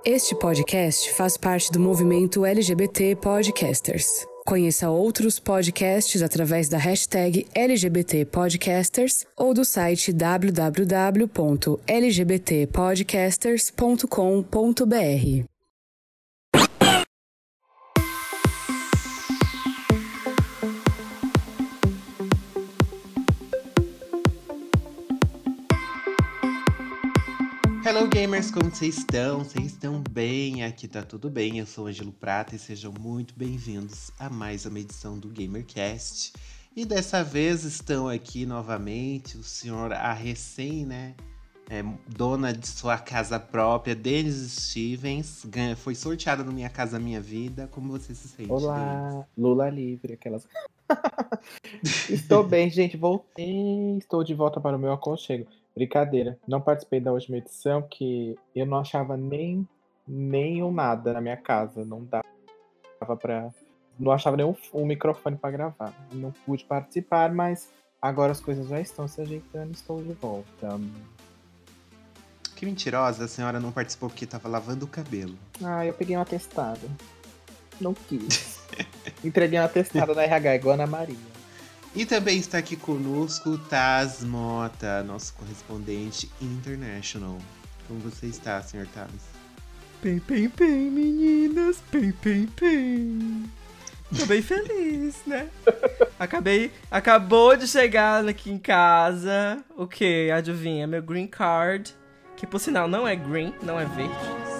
Este podcast faz parte do movimento LGBT Podcasters. Conheça outros podcasts através da hashtag LGBT Podcasters ou do site www.lgbtpodcasters.com.br. Hello gamers, como vocês estão? Vocês estão bem? Aqui tá tudo bem, eu sou o Ângelo Prata e sejam muito bem-vindos a mais uma edição do GamerCast. E dessa vez estão aqui novamente o senhor dona de sua casa própria, Denis Stevens, foi sorteada no Minha Casa Minha Vida. Como você se sente? Olá, Denis? Lula livre, aquelas... Estou bem, gente, voltei, estou de volta para o meu aconchego. Brincadeira, não participei da última edição, que eu não achava nem nada na minha casa, não dava pra... Não achava nenhum microfone para gravar, não pude participar, mas agora as coisas já estão se ajeitando, estou de volta. Que mentirosa, a senhora não participou porque estava lavando o cabelo. Ah, eu peguei um atestado, não quis. Entreguei um atestado na RH, igual a Ana Maria. E também está aqui conosco Taz Mota, nosso correspondente international. Como você está, Sr. Taz? Bem, meninas. Bem. Tô bem feliz, né? Acabou de chegar aqui em casa. O quê? Adivinha? Meu green card. Que por sinal não é green, não é verde.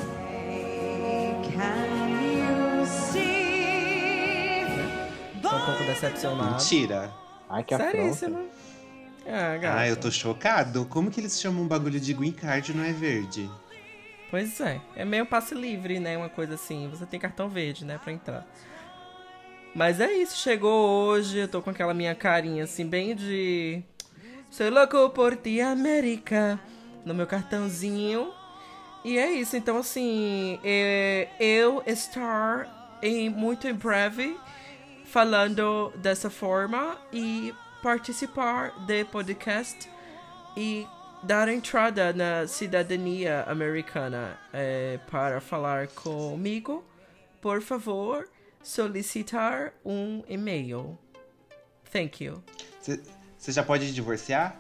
Tô um pouco decepcionado. Mentira. Ai, que seríssimo. Eu tô chocado. Como que eles chamam um bagulho de green card e não é verde? Pois é. É meio passe livre, né? Uma coisa assim. Você tem cartão verde, né? Pra entrar. Mas é isso. Chegou hoje. Eu tô com aquela minha carinha assim, bem de... Sou louco por ti, América. No meu cartãozinho. E é isso. Então, assim... Eu estou muito em breve... falando dessa forma e participar do podcast e dar entrada na cidadania americana. Para falar comigo, por favor, solicitar um e-mail. Thank you. Você já pode divorciar?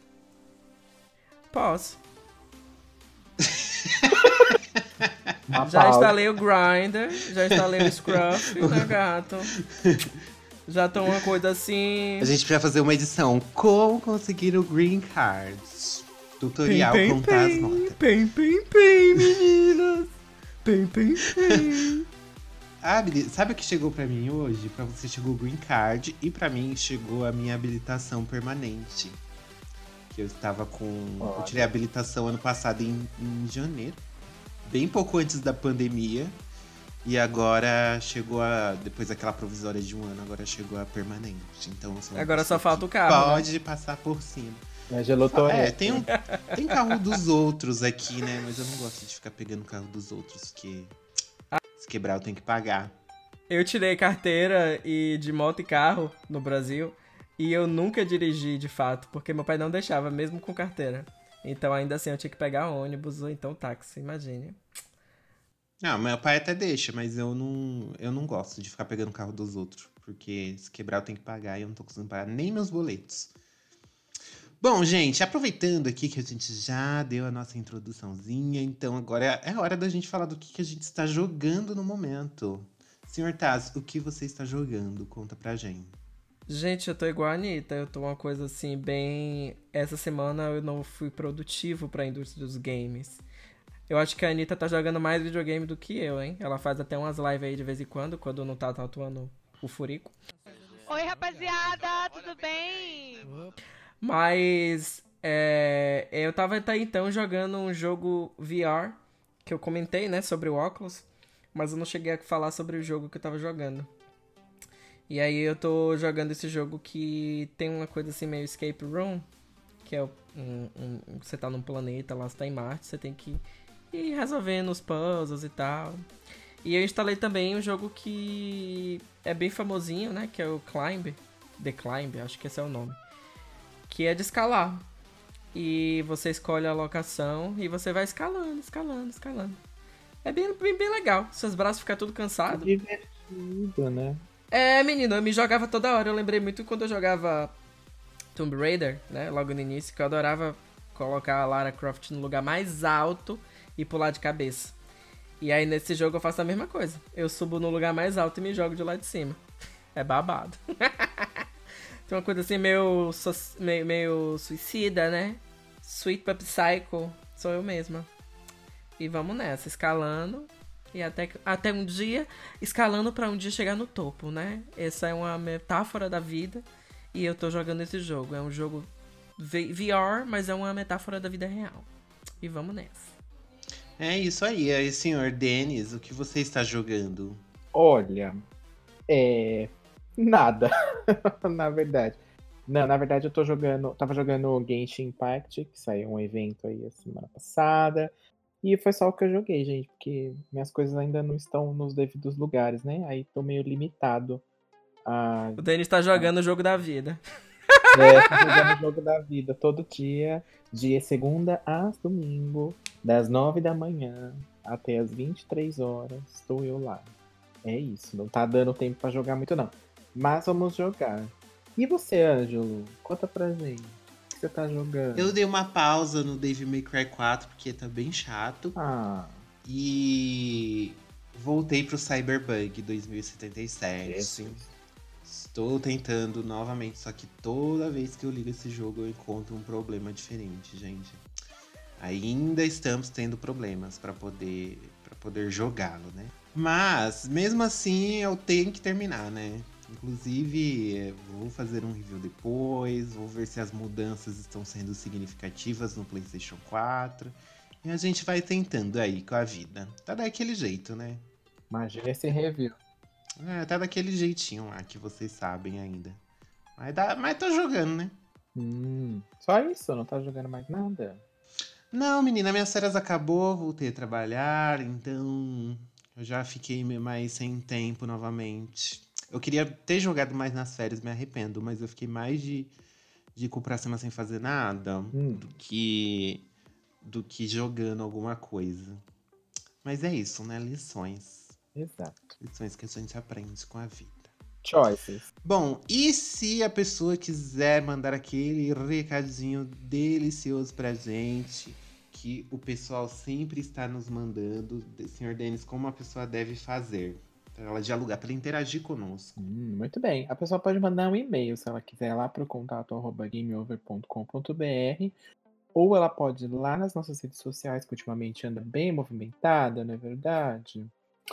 Posso. Já instalei o Grindr, já instalei o Scruff, né, gato? Já tô uma coisa assim... A gente precisa fazer uma edição. Como conseguir o Green Card? Tutorial com Taz Mota. Bem, meninas. Bem. Sabe o que chegou pra mim hoje? Pra você chegou o Green Card e pra mim chegou a minha habilitação permanente. Que eu estava com... Eu tirei a habilitação ano passado em janeiro. Bem pouco antes da pandemia. E agora chegou depois daquela provisória de um ano, agora chegou a permanente. Então, agora só falta o carro. Pode passar por cima. Tem carro dos outros aqui, né? Mas eu não gosto de ficar pegando o carro dos outros, porque se quebrar eu tenho que pagar. Eu tirei carteira de moto e carro no Brasil e eu nunca dirigi de fato, porque meu pai não deixava, mesmo com carteira. Então, ainda assim, eu tinha que pegar ônibus ou então táxi, imagine. Não, meu pai até deixa, mas eu não gosto de ficar pegando o carro dos outros. Porque se quebrar eu tenho que pagar e eu não tô conseguindo pagar nem meus boletos. Bom, gente, aproveitando aqui que a gente já deu a nossa introduçãozinha, então agora é hora da gente falar do que a gente está jogando no momento. Senhor Taz, o que você está jogando? Conta pra gente. Gente, eu tô igual a Anitta, eu tô uma coisa assim, bem... Essa semana eu não fui produtivo pra indústria dos games. Eu acho que a Anitta tá jogando mais videogame do que eu, hein? Ela faz até umas lives aí de vez em quando não tá atuando o furico. Oi, rapaziada, tudo bem? Mas, eu tava até então jogando um jogo VR, que eu comentei, né, sobre o óculos, mas eu não cheguei a falar sobre o jogo que eu tava jogando. E aí eu tô jogando esse jogo que tem uma coisa assim meio escape room, que é você tá num planeta, lá você tá em Marte, você tem que ir resolvendo os puzzles e tal. E eu instalei também um jogo que é bem famosinho, né, que é o The Climb, acho que esse é o nome, que é de escalar. E você escolhe a locação e você vai escalando. É bem legal. Seus braços ficam tudo cansados. Divertido, né? É, menino, eu me jogava toda hora. Eu lembrei muito quando eu jogava Tomb Raider, né? Logo no início, que eu adorava colocar a Lara Croft no lugar mais alto e pular de cabeça. E aí nesse jogo eu faço a mesma coisa. Eu subo no lugar mais alto e me jogo de lá de cima. É babado. Tem uma coisa assim meio suicida, né? Sweet Pup Psycho. Sou eu mesma. E vamos nessa, escalando. E até um dia, escalando pra um dia chegar no topo, né? Essa é uma metáfora da vida. E eu tô jogando esse jogo. É um jogo VR, mas é uma metáfora da vida real. E vamos nessa. É isso aí senhor Denis, o que você está jogando? Olha, nada, na verdade. Não, na verdade eu tava jogando Genshin Impact, que saiu um evento aí a semana passada. E foi só o que eu joguei, gente, porque minhas coisas ainda não estão nos devidos lugares, né? Aí tô meio limitado a... O Denis tá jogando o jogo da vida. Tô jogando o jogo da vida todo dia, de segunda a domingo, das 9 da manhã até as 23 horas, estou eu lá. É isso, não tá dando tempo pra jogar muito não. Mas vamos jogar. E você, Ângelo? Conta pra gente. O que você tá jogando? Eu dei uma pausa no Devil May Cry 4, porque tá bem chato. E voltei pro Cyberbug 2077. Jesus. Estou tentando novamente, só que toda vez que eu ligo esse jogo eu encontro um problema diferente, gente. Ainda estamos tendo problemas pra poder jogá-lo, né? Mas, mesmo assim, eu tenho que terminar, né? Inclusive, vou fazer um review depois, vou ver se as mudanças estão sendo significativas no PlayStation 4. E a gente vai tentando aí com a vida. Tá daquele jeito, né? Imagina esse review. Tá daquele jeitinho lá que vocês sabem ainda. Mas tô jogando, né? Só isso? Não tá jogando mais nada? Não, menina, minhas férias acabou, voltei a trabalhar, então eu já fiquei mais sem tempo novamente. Eu queria ter jogado mais nas férias, me arrependo, mas eu fiquei mais de ir pra cima sem fazer nada do que jogando alguma coisa. Mas é isso, né? Lições. Exato. Lições que a gente aprende com a vida. Choices. Bom, e se a pessoa quiser mandar aquele recadinho delicioso pra gente, que o pessoal sempre está nos mandando, Sr. Denis, como a pessoa deve fazer? Pra ela dialogar, pra ela interagir conosco. Muito bem. A pessoa pode mandar um e-mail, se ela quiser, lá pro contato@gameover.com.br, ou ela pode ir lá nas nossas redes sociais, que ultimamente anda bem movimentada, não é verdade?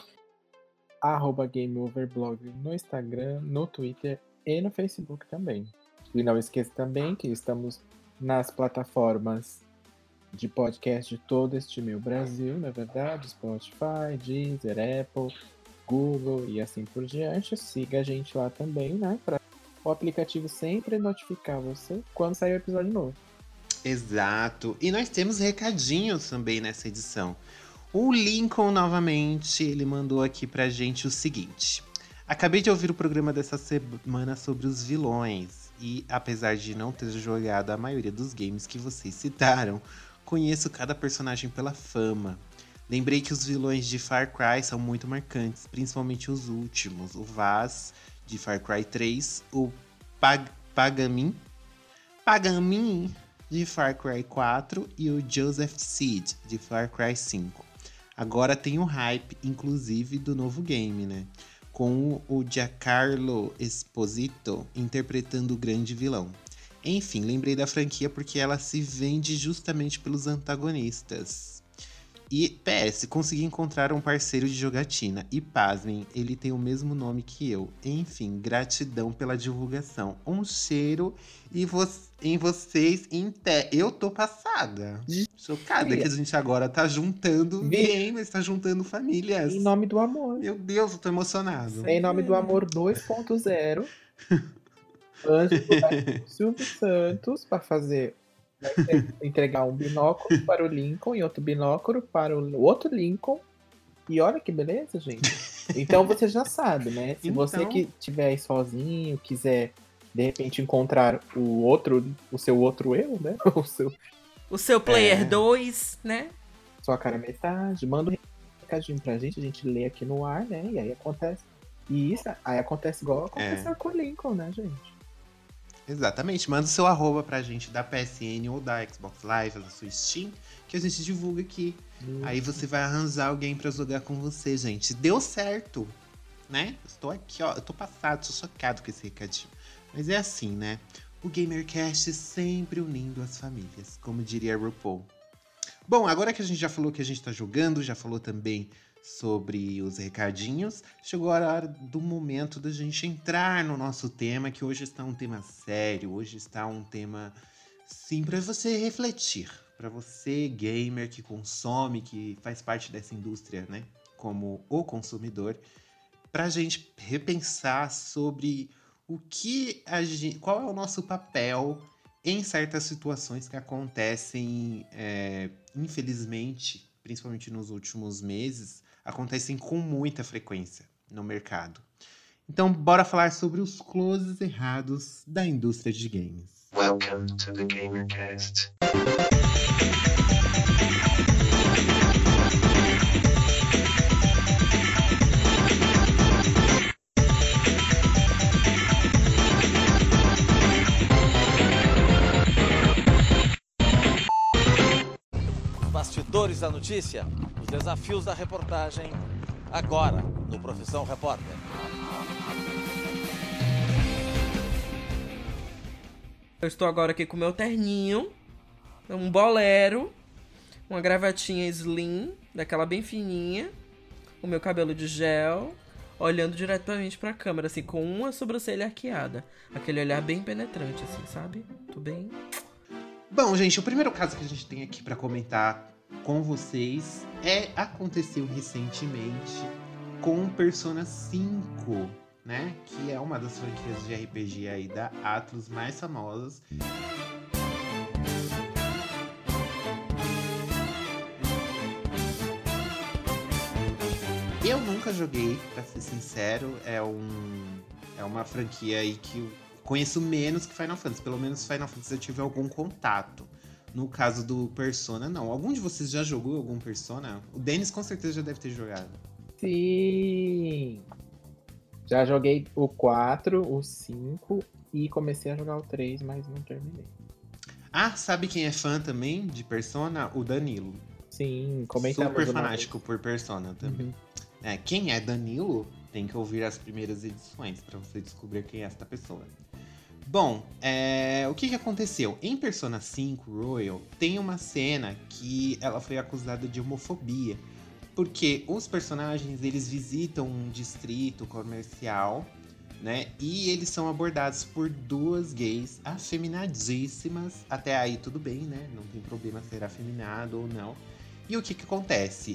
@GameOverblog no Instagram, no Twitter e no Facebook também. E não esqueça também que estamos nas plataformas de podcast de todo este meu Brasil, não é verdade? Spotify, Deezer, Apple, Google e assim por diante. Siga a gente lá também, né? Para o aplicativo sempre notificar você quando sair o episódio novo. Exato. E nós temos recadinhos também nessa edição. O Lincoln, novamente, ele mandou aqui pra gente o seguinte. Acabei de ouvir o programa dessa semana sobre os vilões. E, apesar de não ter jogado a maioria dos games que vocês citaram, conheço cada personagem pela fama. Lembrei que os vilões de Far Cry são muito marcantes, principalmente os últimos. O Vaz, de Far Cry 3, o Pagamin, de Far Cry 4 e o Joseph Seed, de Far Cry 5. Agora tem o hype, inclusive, do novo game, né? Com o Giancarlo Esposito interpretando o grande vilão. Enfim, lembrei da franquia porque ela se vende justamente pelos antagonistas. E, PS, consegui encontrar um parceiro de jogatina. E, pasmem, ele tem o mesmo nome que eu. Enfim, gratidão pela divulgação. Um cheiro em vocês eu tô passada. Chocada que a gente agora tá juntando gamers, tá juntando famílias. Em nome do amor. Meu Deus, eu tô emocionado. Em nome do amor 2.0. Ângelo vai Silvio Santos para fazer... Vai entregar um binóculo para o Lincoln e outro binóculo para o outro Lincoln. E olha que beleza, gente. Então você já sabe, né? Se você que estiver aí sozinho, quiser de repente encontrar o seu outro eu, né? O seu player 2, né? Sua cara metade, manda um recadinho pra gente, a gente lê aqui no ar, né? E aí acontece. E isso aí acontece igual aconteceu com o Lincoln, né, gente? Exatamente. Manda o seu arroba pra gente da PSN ou da Xbox Live, da sua Steam, que a gente divulga aqui. Aí você vai arranjar alguém pra jogar com você, gente. Deu certo, né? Estou aqui, ó. Eu tô passado, tô chocado com esse recadinho. Mas é assim, né? O GamerCast sempre unindo as famílias, como diria a RuPaul. Bom, agora que a gente já falou que a gente tá jogando, já falou também sobre os recadinhos, chegou a hora do momento da gente entrar no nosso tema, que hoje está um tema sério, hoje está um tema, sim, para você refletir, para você gamer que consome, que faz parte dessa indústria, né, como o consumidor, para a gente repensar sobre qual é o nosso papel em certas situações que acontecem, infelizmente, principalmente nos últimos meses, acontecem com muita frequência no mercado. Então, bora falar sobre os closes errados da indústria de games. Welcome to the GamerCast. Bastidores da notícia, os desafios da reportagem, agora no Profissão Repórter. Eu estou agora aqui com o meu terninho, um bolero, uma gravatinha slim, daquela bem fininha, o meu cabelo de gel, olhando diretamente pra câmera, assim, com uma sobrancelha arqueada. Aquele olhar bem penetrante, assim, sabe? Tô bem... Bom, gente, o primeiro caso que a gente tem aqui pra comentar com vocês aconteceu recentemente com Persona 5, né? Que é uma das franquias de RPG aí da Atlus mais famosas. Eu nunca joguei, pra ser sincero, é uma franquia aí que eu conheço menos que Final Fantasy. Pelo menos Final Fantasy eu tive algum contato. No caso do Persona, não. Algum de vocês já jogou algum Persona? O Denis com certeza já deve ter jogado. Sim! Já joguei o 4, o 5 e comecei a jogar o 3, mas não terminei. Ah, sabe quem é fã também de Persona? O Danilo. Sim, comentamos. Super fanático por Persona também. Uhum. Quem é Danilo tem que ouvir as primeiras edições pra você descobrir quem é esta pessoa. Bom, o que aconteceu? Em Persona 5 Royal tem uma cena que ela foi acusada de homofobia, porque os personagens eles visitam um distrito comercial, né? E eles são abordados por duas gays afeminadíssimas. Até aí tudo bem, né? Não tem problema ser afeminado ou não. E o que acontece?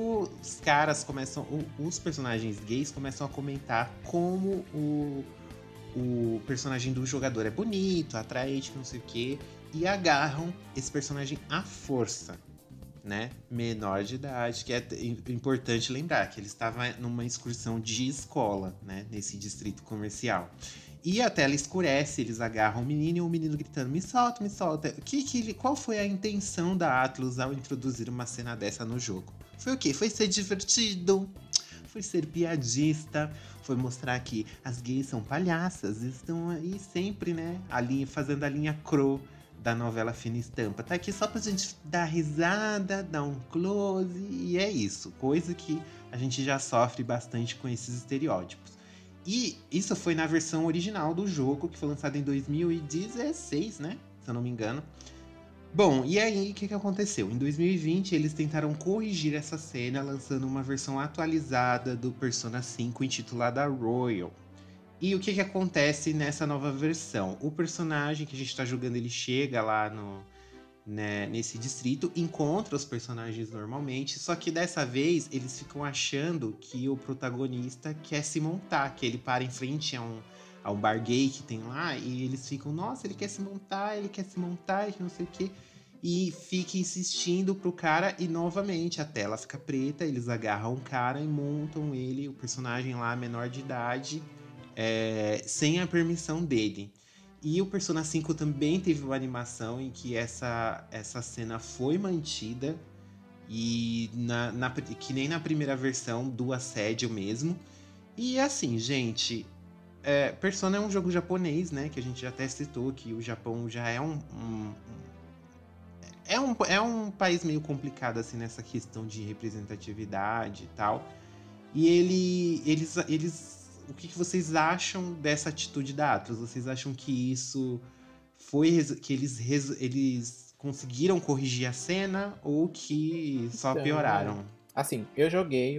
Os personagens gays começam a comentar como o personagem do jogador é bonito, atraente, não sei o quê, e agarram esse personagem à força, né? Menor de idade, que é importante lembrar que ele estava numa excursão de escola, né? Nesse distrito comercial. E a tela escurece, eles agarram o menino e o menino gritando: me solta, me solta. Qual foi a intenção da Atlus ao introduzir uma cena dessa no jogo? Foi o quê? Foi ser divertido, foi ser piadista, foi mostrar que as gays são palhaças, estão aí sempre, né, ali fazendo a linha Crow da novela Fina Estampa. Tá aqui só pra gente dar risada, dar um close, e é isso. Coisa que a gente já sofre bastante com esses estereótipos. E isso foi na versão original do jogo, que foi lançada em 2016, né, se eu não me engano. Bom, e aí o que aconteceu? Em 2020 eles tentaram corrigir essa cena lançando uma versão atualizada do Persona 5 intitulada Royal. E o que acontece nessa nova versão? O personagem que a gente tá jogando, ele chega lá nesse distrito, encontra os personagens normalmente, só que dessa vez eles ficam achando que o protagonista quer se montar, que ele para em frente ao bar gay que tem lá, e eles ficam, nossa, ele quer se montar, e que não sei o quê. E fica insistindo pro cara, e novamente a tela fica preta, eles agarram o cara e montam ele, o personagem lá, menor de idade, sem a permissão dele. E o Persona 5 também teve uma animação em que essa cena foi mantida, E que nem na primeira versão do assédio mesmo. E assim, gente, Persona é um jogo japonês, né? Que a gente já até citou que o Japão já é é um país meio complicado, assim, nessa questão de representatividade e tal. E eles... O que vocês acham dessa atitude da Atlus? Vocês acham que isso foi... que eles conseguiram corrigir a cena ou que só pioraram? Assim, eu joguei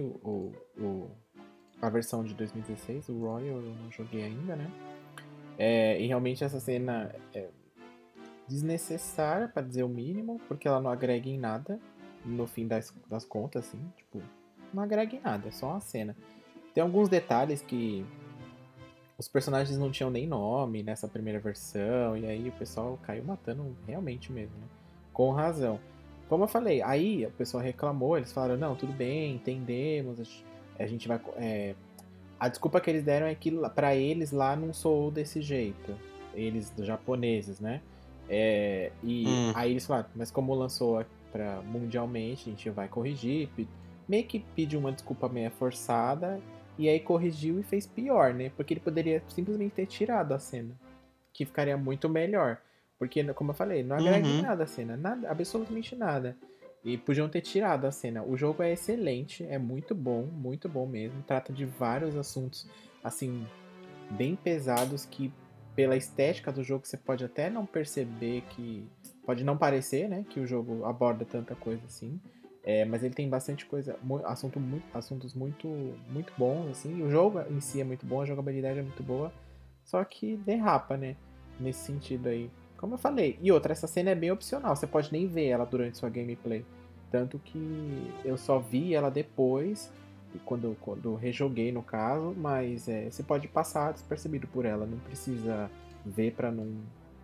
a versão de 2016, o Royal, eu não joguei ainda, né? E realmente essa cena é desnecessária, pra dizer o mínimo, porque ela não agrega em nada, no fim das contas, assim, tipo, não agrega em nada, é só uma cena. Tem alguns detalhes que os personagens não tinham nem nome nessa primeira versão, e aí o pessoal caiu matando realmente mesmo, né? Com razão. Como eu falei, aí o pessoal reclamou, eles falaram, não, tudo bem, entendemos, a gente vai... A desculpa que eles deram é que pra eles lá não soou desse jeito. Eles, dos japoneses, né? Aí eles falaram, mas como lançou mundialmente, a gente vai corrigir. Meio que pediu uma desculpa meio forçada, e aí corrigiu e fez pior, né? Porque ele poderia simplesmente ter tirado a cena, que ficaria muito melhor. Porque, como eu falei, não agrega em nada a cena, nada, absolutamente nada. E podiam ter tirado a cena. O jogo é excelente, é muito bom mesmo. Trata de vários assuntos, assim, bem pesados que, pela estética do jogo, você pode até não perceber que... Pode não parecer, né, que o jogo aborda tanta coisa assim. Mas ele tem bastante coisa, assuntos muito, muito bons, assim. O jogo em si é muito bom, a jogabilidade é muito boa. Só que derrapa, né, nesse sentido aí. Como eu falei. E outra, essa cena é bem opcional. Você pode nem ver ela durante sua gameplay. Tanto que eu só vi ela depois, quando eu rejoguei no caso. Mas você pode passar despercebido por ela. Não precisa ver pra não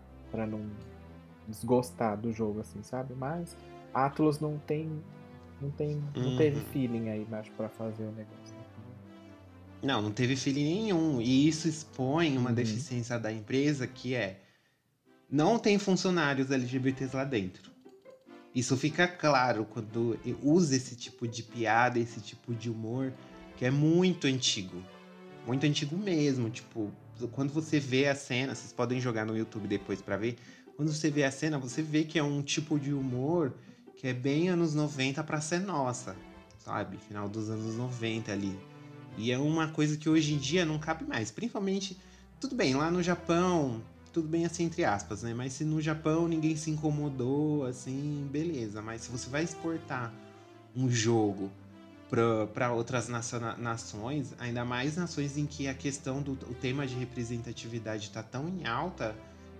desgostar do jogo, assim, sabe? Mas a Atlus não teve feeling aí, acho, pra fazer o negócio. Não teve feeling nenhum. E isso expõe uma deficiência da empresa, que não tem funcionários LGBTs lá dentro. Isso fica claro quando usa esse tipo de piada, esse tipo de humor, que é muito antigo. Muito antigo mesmo. Tipo, quando você vê a cena, vocês podem jogar no YouTube depois pra ver. Quando você vê a cena, você vê que é um tipo de humor que é bem anos 90 pra ser nossa, sabe? Final dos anos 90 ali. E é uma coisa que hoje em dia não cabe mais. Principalmente, tudo bem, lá no Japão... Tudo bem assim, entre aspas, né? Mas se no Japão ninguém se incomodou, assim, beleza. Mas se você vai exportar um jogo para outras nações, ainda mais nações em que a questão do tema de representatividade está tão em alta,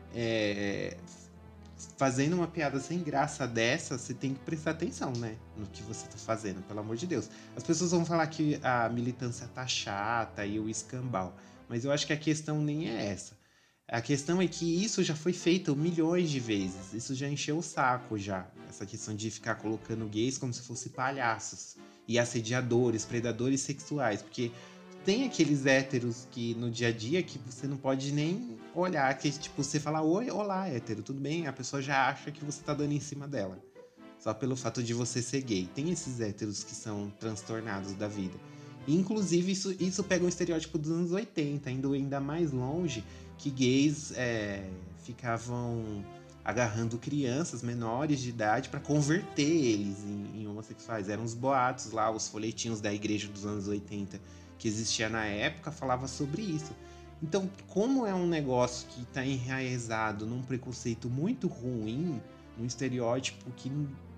fazendo uma piada sem graça dessa, você tem que prestar atenção, né? No que você tá fazendo, pelo amor de Deus. As pessoas vão falar que a militância tá chata e o escambau, mas eu acho que a questão nem é essa. A questão é que isso já foi feito milhões de vezes. Isso já encheu o saco já. Essa questão de ficar colocando gays como se fossem palhaços. E assediadores, predadores sexuais. Porque tem aqueles héteros que no dia a dia que você não pode nem olhar. Que tipo, você fala, oi, olá, hétero, tudo bem? A pessoa já acha que você tá dando em cima dela. Só pelo fato de você ser gay. Tem esses héteros que são transtornados da vida. E, inclusive, isso pega um estereótipo dos anos 80, indo ainda mais longe, que gays ficavam agarrando crianças menores de idade para converter eles em homossexuais. Eram os boatos lá, os folhetinhos da igreja dos anos 80 que existia na época, falava sobre isso. Então, como é um negócio que está enraizado num preconceito muito ruim, num estereótipo que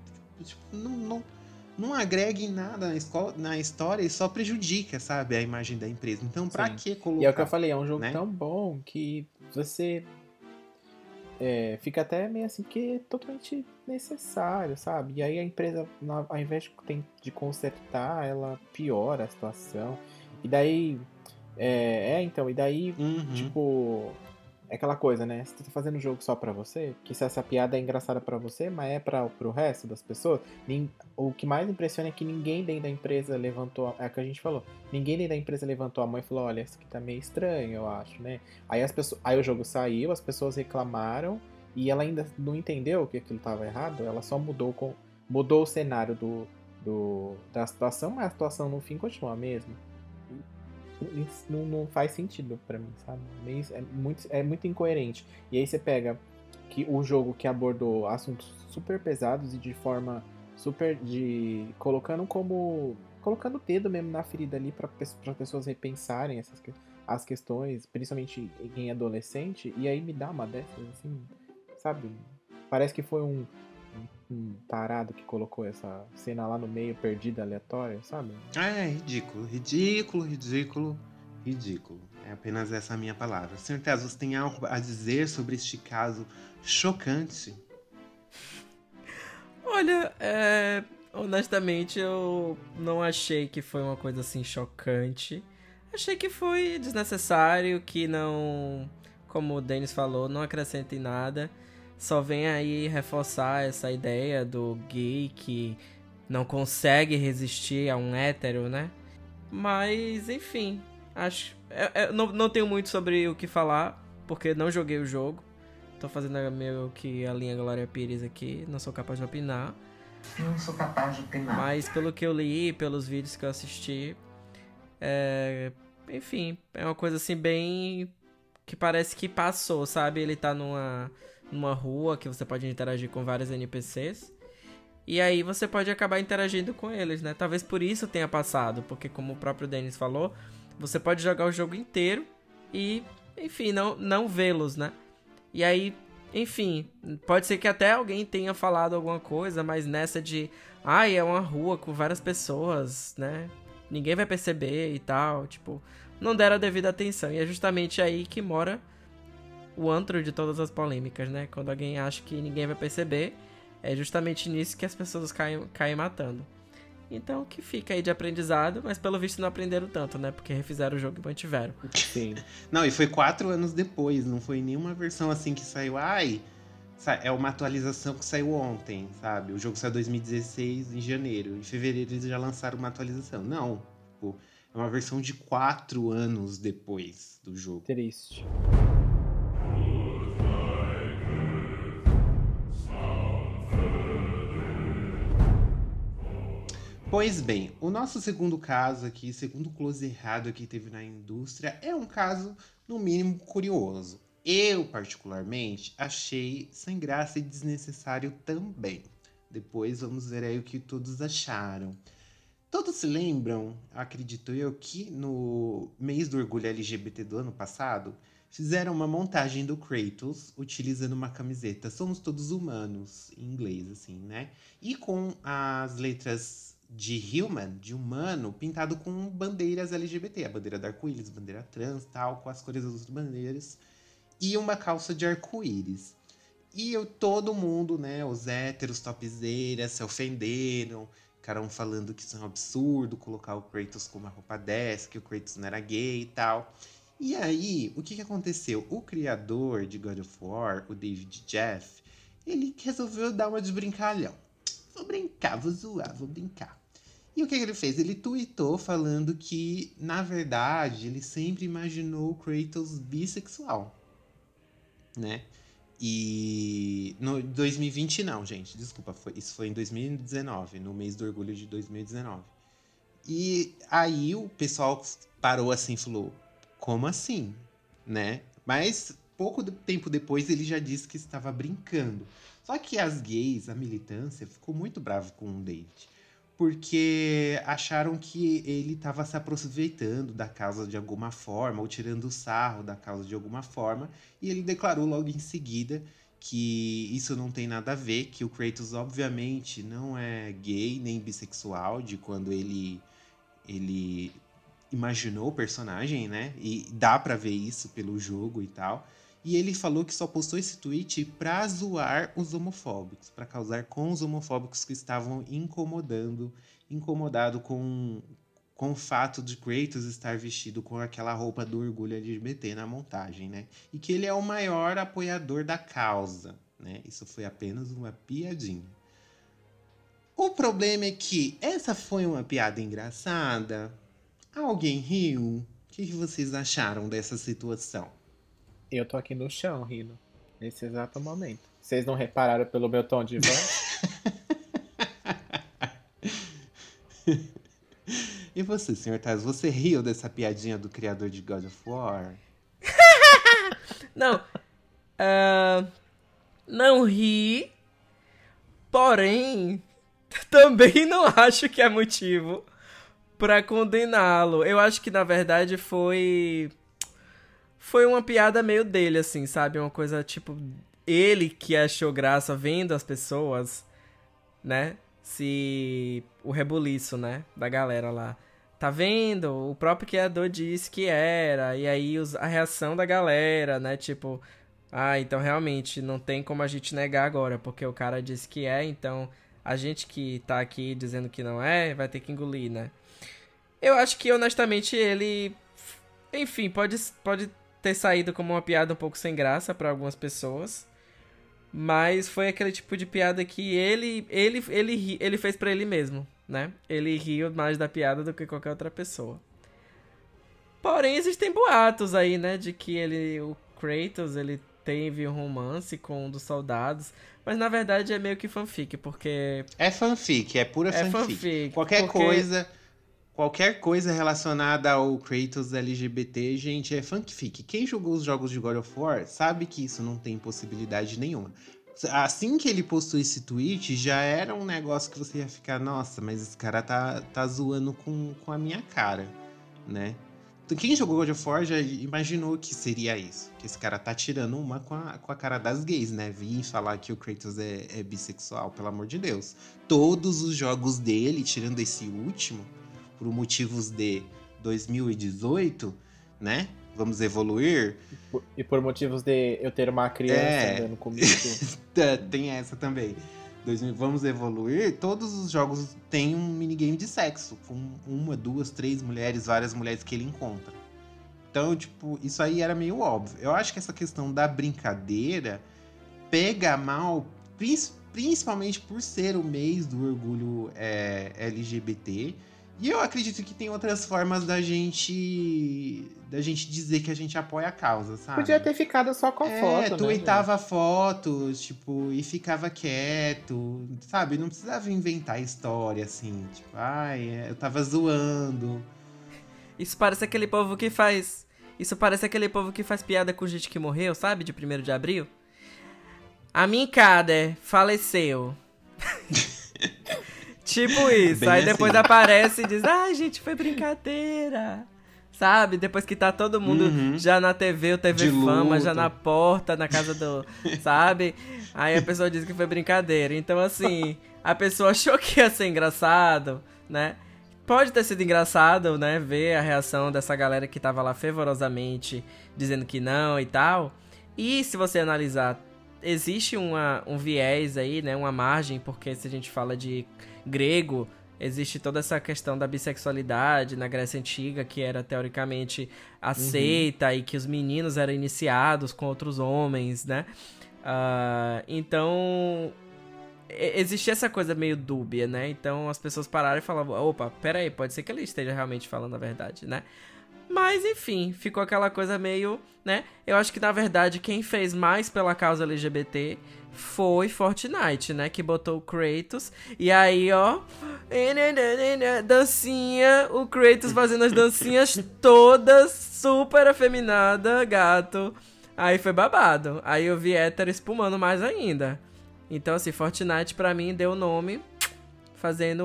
não agrega em nada na história e só prejudica, sabe, a imagem da empresa. Então, pra que colocar? E é o que eu falei, é um jogo, né, tão bom que você fica até meio assim, porque é totalmente necessário, sabe? E aí a empresa, ao invés de consertar, ela piora a situação. E daí... tipo... É aquela coisa, né? Você tá fazendo o jogo só pra você, que se essa piada é engraçada pra você, mas é pro resto das pessoas, o que mais impressiona é que ninguém dentro da empresa levantou, é o que a gente falou, ninguém dentro da empresa levantou a mão e falou, olha, isso aqui tá meio estranho, eu acho, né? Aí o jogo saiu, as pessoas reclamaram, e ela ainda não entendeu que aquilo tava errado, ela só mudou o cenário da situação, mas a situação no fim continua a mesma. Isso não faz sentido pra mim, sabe? É muito incoerente. E aí você pega que o jogo que abordou assuntos super pesados e de forma super colocando o dedo mesmo na ferida ali para as pessoas repensarem as questões, principalmente em adolescente, e aí me dá uma dessas, assim, sabe? Parece que foi um tarado que colocou essa cena lá no meio, perdida, aleatória, sabe? É ridículo, ridículo, ridículo, ridículo. É apenas essa a minha palavra. Senhor Taz, você tem algo a dizer sobre este caso chocante? Olha, honestamente eu não achei que foi uma coisa assim chocante. Achei que foi desnecessário, que não, como o Denis falou, não acrescenta em nada. Só vem aí reforçar essa ideia do gay que não consegue resistir a um hétero, né? Mas, enfim, acho... não tenho muito sobre o que falar, porque não joguei o jogo. Tô fazendo meio que a linha Glória Pires aqui, não sou capaz de opinar. Não sou capaz de opinar. Mas pelo que eu li, pelos vídeos que eu assisti, enfim, é uma coisa assim bem... que parece que passou, sabe? Ele tá numa rua que você pode interagir com vários NPCs. E aí você pode acabar interagindo com eles, né? Talvez por isso tenha passado, porque como o próprio Denis falou, você pode jogar o jogo inteiro e, enfim, não vê-los, né? E aí, enfim, pode ser que até alguém tenha falado alguma coisa, mas nessa de... é uma rua com várias pessoas, né? Ninguém vai perceber e tal, tipo... Não deram a devida atenção. E é justamente aí que mora o antro de todas as polêmicas, né? Quando alguém acha que ninguém vai perceber, é justamente nisso que as pessoas caem matando. Então, que fica aí de aprendizado, mas pelo visto não aprenderam tanto, né? Porque refizeram o jogo e mantiveram. Sim. Não, e foi 4 anos depois, não foi nenhuma versão assim que saiu... é uma atualização que saiu ontem, sabe? O jogo saiu em 2016, em janeiro. Em fevereiro eles já lançaram uma atualização. Não, tipo... É uma versão de 4 anos depois do jogo. Triste. Pois bem, o nosso segundo caso aqui, segundo close errado que teve na indústria, é um caso, no mínimo, curioso. Eu, particularmente, achei sem graça e desnecessário também. Depois vamos ver aí o que todos acharam. Todos se lembram, acredito eu, que no mês do orgulho LGBT do ano passado, fizeram uma montagem do Kratos utilizando uma camiseta Somos Todos Humanos, em inglês, assim, né? E com as letras de human, de humano, pintado com bandeiras LGBT. A bandeira da arco-íris, bandeira trans, tal, com as cores das bandeiras. E uma calça de arco-íris. E todo mundo, né, os héteros topzeiras se ofenderam. Ficaram falando que isso é um absurdo, colocar o Kratos com uma roupa dessa, que o Kratos não era gay e tal. E aí, o que aconteceu? O criador de God of War, o David Jeff, ele resolveu dar uma de brincalhão. Vou brincar, vou zoar, vou brincar. E o que ele fez? Ele tweetou falando que, na verdade, ele sempre imaginou o Kratos bissexual, né? E no 2020 não, gente, desculpa, isso foi em 2019, no mês do orgulho de 2019. E aí o pessoal parou assim e falou, como assim, né? Mas pouco tempo depois ele já disse que estava brincando. Só que as gays, a militância, ficou muito bravo com o David. Porque acharam que ele estava se aproveitando da causa de alguma forma, ou tirando sarro da causa de alguma forma. E ele declarou logo em seguida que isso não tem nada a ver, que o Kratos obviamente não é gay nem bissexual, de quando ele imaginou o personagem, né? E dá pra ver isso pelo jogo e tal. E ele falou que só postou esse tweet pra zoar os homofóbicos, pra causar com os homofóbicos que estavam incomodado com o fato de Kratos estar vestido com aquela roupa do orgulho LGBT na montagem, né? E que ele é o maior apoiador da causa, né? Isso foi apenas uma piadinha. O problema é que essa foi uma piada engraçada. Alguém riu? O que vocês acharam dessa situação? Eu tô aqui no chão rindo, nesse exato momento. Vocês não repararam pelo meu tom de voz? E você, Sr. Taz, você riu dessa piadinha do criador de God of War? Não. Não ri. Porém, também não acho que é motivo pra condená-lo. Eu acho que, na verdade, foi uma piada meio dele, assim, sabe? Uma coisa, tipo, ele que achou graça vendo as pessoas, né? O rebuliço, né? Da galera lá. Tá vendo? O próprio criador disse que era. E aí a reação da galera, né? Tipo, então realmente não tem como a gente negar agora, porque o cara disse que é, então a gente que tá aqui dizendo que não é, vai ter que engolir, né? Eu acho que, honestamente, ele... Enfim, pode ter saído como uma piada um pouco sem graça pra algumas pessoas. Mas foi aquele tipo de piada que ele fez pra ele mesmo, né? Ele riu mais da piada do que qualquer outra pessoa. Porém, existem boatos aí, né? De que o Kratos, ele teve um romance com um dos soldados. Mas, na verdade, é meio que fanfic, porque... É fanfic, é pura fanfic. Qualquer coisa relacionada ao Kratos LGBT, gente, é fanfic. Quem jogou os jogos de God of War sabe que isso não tem possibilidade nenhuma. Assim que ele postou esse tweet, já era um negócio que você ia ficar, nossa, mas esse cara tá zoando com a minha cara, né? Então, quem jogou God of War já imaginou que seria isso. Que esse cara tá tirando uma com a cara das gays, né? Vir falar que o Kratos é bissexual, pelo amor de Deus. Todos os jogos dele, tirando esse último... por motivos de 2018, né? Vamos evoluir. E por motivos de eu ter uma criança andando comigo. Tem essa também. Vamos evoluir. Todos os jogos têm um minigame de sexo. Com 1, 2, 3 mulheres, várias mulheres que ele encontra. Então, tipo, isso aí era meio óbvio. Eu acho que essa questão da brincadeira pega mal, principalmente por ser o mês do orgulho LGBT. E eu acredito que tem outras formas da gente dizer que a gente apoia a causa, sabe? Podia ter ficado só com a foto, né? Tuitava fotos, tipo, e ficava quieto, sabe? Não precisava inventar história, assim, tipo, eu tava zoando. Isso parece aquele povo que faz piada com gente que morreu, sabe? De 1º de abril. A minha Kader faleceu. Tipo isso. Bem aí depois assim. Aparece e diz, gente, foi brincadeira. Sabe? Depois que tá todo mundo já na TV, o TV Fama, já na porta, na casa do... Sabe? Aí a pessoa diz que foi brincadeira. Então, assim, a pessoa achou que ia ser engraçado, né? Pode ter sido engraçado, né? Ver a reação dessa galera que tava lá fervorosamente dizendo que não e tal. E se você analisar, existe um viés aí, né? Uma margem, porque se a gente fala de grego, existe toda essa questão da bissexualidade na Grécia Antiga, que era teoricamente aceita e que os meninos eram iniciados com outros homens, né? Então, existia essa coisa meio dúbia, né? Então as pessoas pararam e falavam, opa, peraí, pode ser que ele esteja realmente falando a verdade, né? Mas, enfim, ficou aquela coisa meio, né? Eu acho que, na verdade, quem fez mais pela causa LGBT foi Fortnite, né? Que botou o Kratos. E aí, ó... dancinha. O Kratos fazendo as dancinhas todas super afeminada, gato. Aí foi babado. Aí eu vi hétero espumando mais ainda. Então, assim, Fortnite pra mim deu o nome fazendo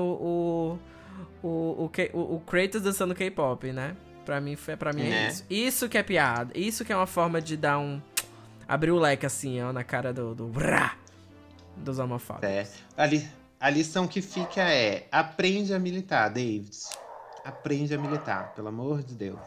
o Kratos dançando K-pop, né? Pra mim é isso. Isso que é piada. Isso que é uma forma de dar abrir o leque assim, ó, na cara dos homofóbicos. A lição que fica é: aprende a militar, David. Aprende a militar, pelo amor de Deus.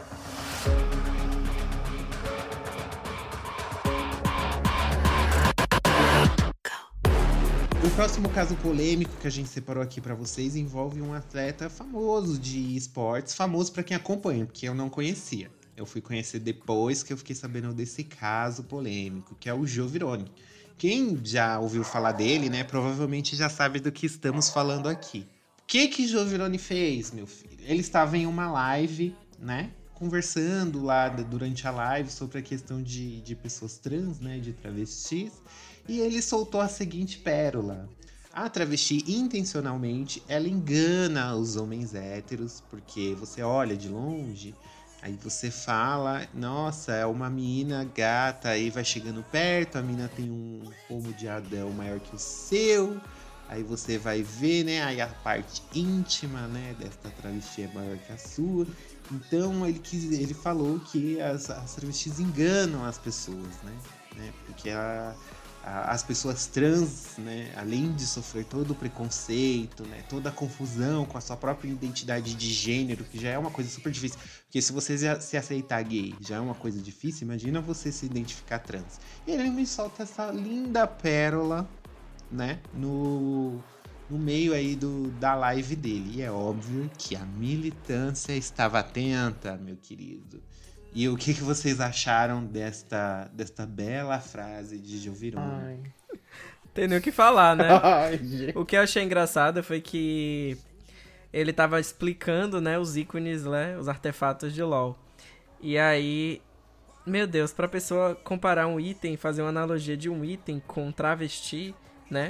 O próximo caso polêmico que a gente separou aqui pra vocês envolve um atleta famoso de esportes, famoso pra quem acompanha, porque eu não conhecia. Eu fui conhecer depois que eu fiquei sabendo desse caso polêmico, que é o Giovirone. Quem já ouviu falar dele, né, provavelmente já sabe do que estamos falando aqui. O que Giovirone fez, meu filho? Ele estava em uma live, né, conversando lá durante a live sobre a questão de pessoas trans, né, de travestis. E ele soltou a seguinte pérola. A travesti, intencionalmente, ela engana os homens héteros, porque você olha de longe, aí você fala, nossa, é uma menina gata, aí vai chegando perto, a menina tem um pomo de Adão maior que o seu, aí você vai ver, né, aí a parte íntima, né, desta travesti é maior que a sua. Então ele falou que as travestis enganam as pessoas, né, porque as pessoas trans, né, além de sofrer todo o preconceito, né, toda a confusão com a sua própria identidade de gênero, que já é uma coisa super difícil, porque se você se aceitar gay já é uma coisa difícil, imagina você se identificar trans. E ele me solta essa linda pérola, né, no meio aí da live dele. E é óbvio que a militância estava atenta, meu querido. E o que vocês acharam desta bela frase de Gil Virone? Tem nem o que falar, né? Ai, gente. O que eu achei engraçado foi que ele tava explicando, né, os ícones, né, os artefatos de LoL. E aí, meu Deus, pra pessoa comparar um item, fazer uma analogia de um item com um travesti, né?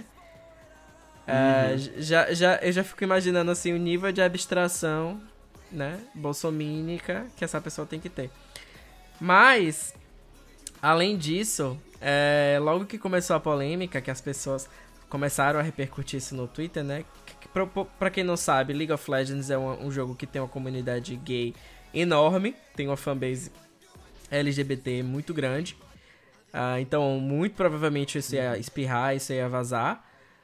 Eu já fico imaginando, assim, o nível de abstração, né, bolsomínica que essa pessoa tem que ter. Mas, além disso, logo que começou a polêmica, que as pessoas começaram a repercutir isso no Twitter, né? Pra quem não sabe, League of Legends é um jogo que tem uma comunidade gay enorme, tem uma fanbase LGBT muito grande. Então, muito provavelmente isso ia espirrar, isso ia vazar.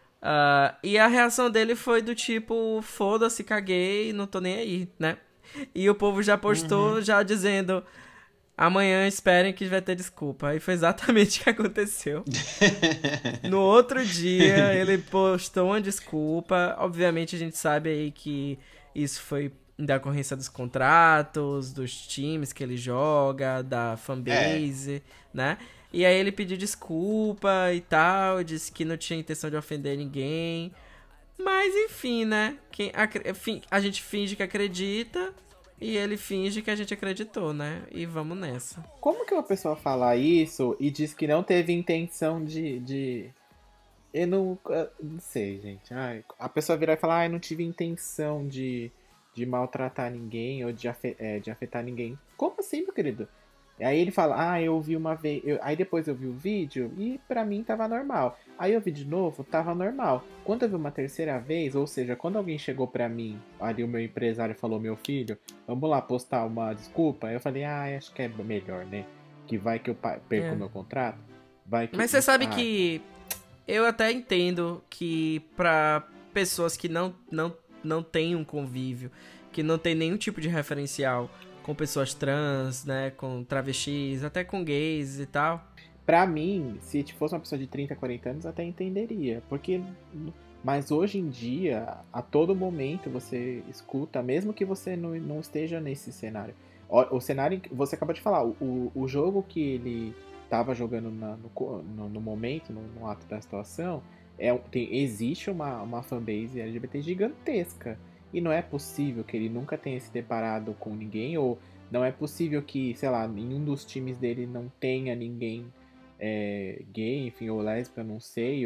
E a reação dele foi do tipo, foda-se, caguei, não tô nem aí, né? E o povo já postou, já dizendo... Amanhã esperem que vai ter desculpa. E foi exatamente o que aconteceu. No outro dia, ele postou uma desculpa. Obviamente, a gente sabe aí que isso foi em decorrência dos contratos, dos times que ele joga, da fanbase, né? E aí ele pediu desculpa e tal, disse que não tinha intenção de ofender ninguém. Mas, enfim, né? A gente finge que acredita... E ele finge que a gente acreditou, né? E vamos nessa. Como que uma pessoa fala isso e diz que não teve intenção de... Eu não sei, gente. A pessoa virar e falar, eu não tive intenção de maltratar ninguém ou de afetar ninguém. Como assim, meu querido? Aí ele fala, eu vi uma vez... Aí depois eu vi o vídeo e pra mim tava normal. Aí eu vi de novo, tava normal. Quando eu vi uma terceira vez, ou seja, quando alguém chegou pra mim, ali o meu empresário falou, meu filho, vamos lá postar uma desculpa. Eu falei, acho que é melhor, né? Que vai que eu perco o meu contrato. Vai que... Mas você sabe que eu até entendo que pra pessoas que não têm um convívio, que não tem nenhum tipo de referencial com pessoas trans, né, com travestis, até com gays e tal. Pra mim, se fosse uma pessoa de 30, 40 anos, até entenderia. Mas hoje em dia, a todo momento você escuta, mesmo que você não esteja nesse cenário. O cenário que você acabou de falar, o jogo que ele estava jogando no momento, no ato da situação, existe uma fanbase LGBT gigantesca. E não é possível que ele nunca tenha se deparado com ninguém, ou não é possível que, sei lá, nenhum dos times dele não tenha ninguém gay, enfim, ou lésbica, não sei.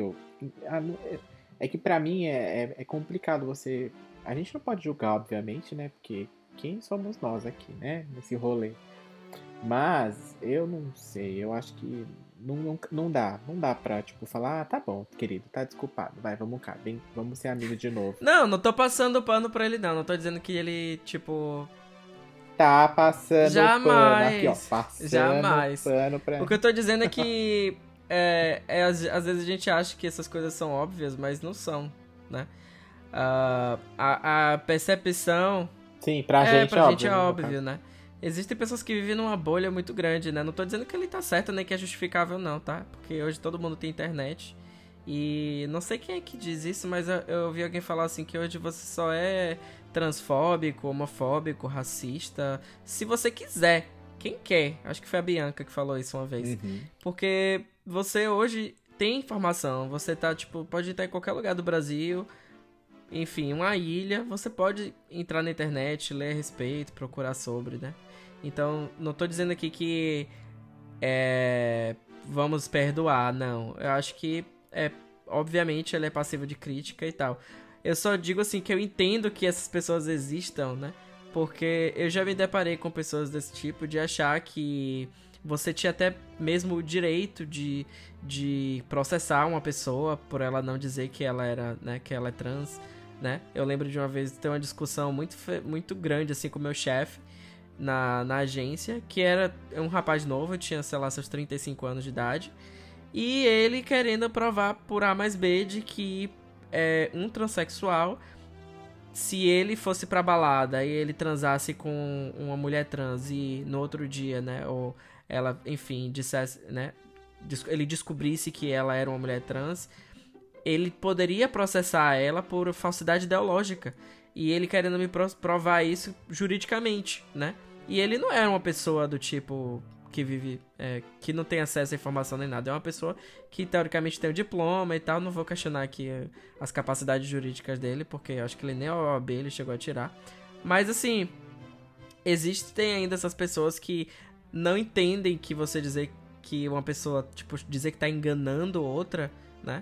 É que pra mim é complicado você... A gente não pode julgar, obviamente, né? Porque quem somos nós aqui, né? Nesse rolê. Mas eu não sei, eu acho que não dá pra, tipo, falar, tá bom, querido, tá desculpado, vai, vamos cá, vamos ser amigos de novo. Não tô passando pano pra ele, não tô dizendo que ele, tipo... Tá passando jamais, pano, aqui, ó, passando jamais. pano pra... O que eu tô dizendo é que, às vezes a gente acha que essas coisas são óbvias, mas não são, né? A percepção... Sim, pra gente é óbvio, né? Existem pessoas que vivem numa bolha muito grande, né? Não tô dizendo que ele tá certo, nem que é justificável, não, tá? Porque hoje todo mundo tem internet. E não sei quem é que diz isso, mas eu ouvi alguém falar assim que hoje você só é transfóbico, homofóbico, racista, se você quiser. Quem quer? Acho que foi a Bianca que falou isso uma vez. Porque você hoje tem informação. Você tá, tipo, pode estar em qualquer lugar do Brasil... Enfim, uma ilha, você pode entrar na internet, ler a respeito, procurar sobre, né? Então, não tô dizendo aqui que vamos perdoar, não. Eu acho que obviamente ele é passivo de crítica e tal. Eu só digo assim que eu entendo que essas pessoas existam, né? Porque eu já me deparei com pessoas desse tipo de achar que você tinha até mesmo o direito de processar uma pessoa por ela não dizer que ela era, né, que ela é trans, né? Eu lembro de uma vez ter uma discussão muito grande assim com o meu chefe na agência, que era um rapaz novo, tinha, sei lá, seus 35 anos de idade, e ele querendo provar por A mais B de que um transexual, se ele fosse pra balada e ele transasse com uma mulher trans e no outro dia, né, ou ela, enfim, dissesse, né, ele descobrisse que ela era uma mulher trans, ele poderia processar ela por falsidade ideológica. E ele querendo me provar isso juridicamente, né? E ele não era uma pessoa do tipo que vive, que não tem acesso à informação nem nada. É uma pessoa que teoricamente tem o diploma e tal. Não vou questionar aqui as capacidades jurídicas dele, porque eu acho que ele nem a OAB ele chegou a tirar. Mas assim, existem ainda essas pessoas que não entendem que você dizer que uma pessoa, tipo, dizer que tá enganando outra, né?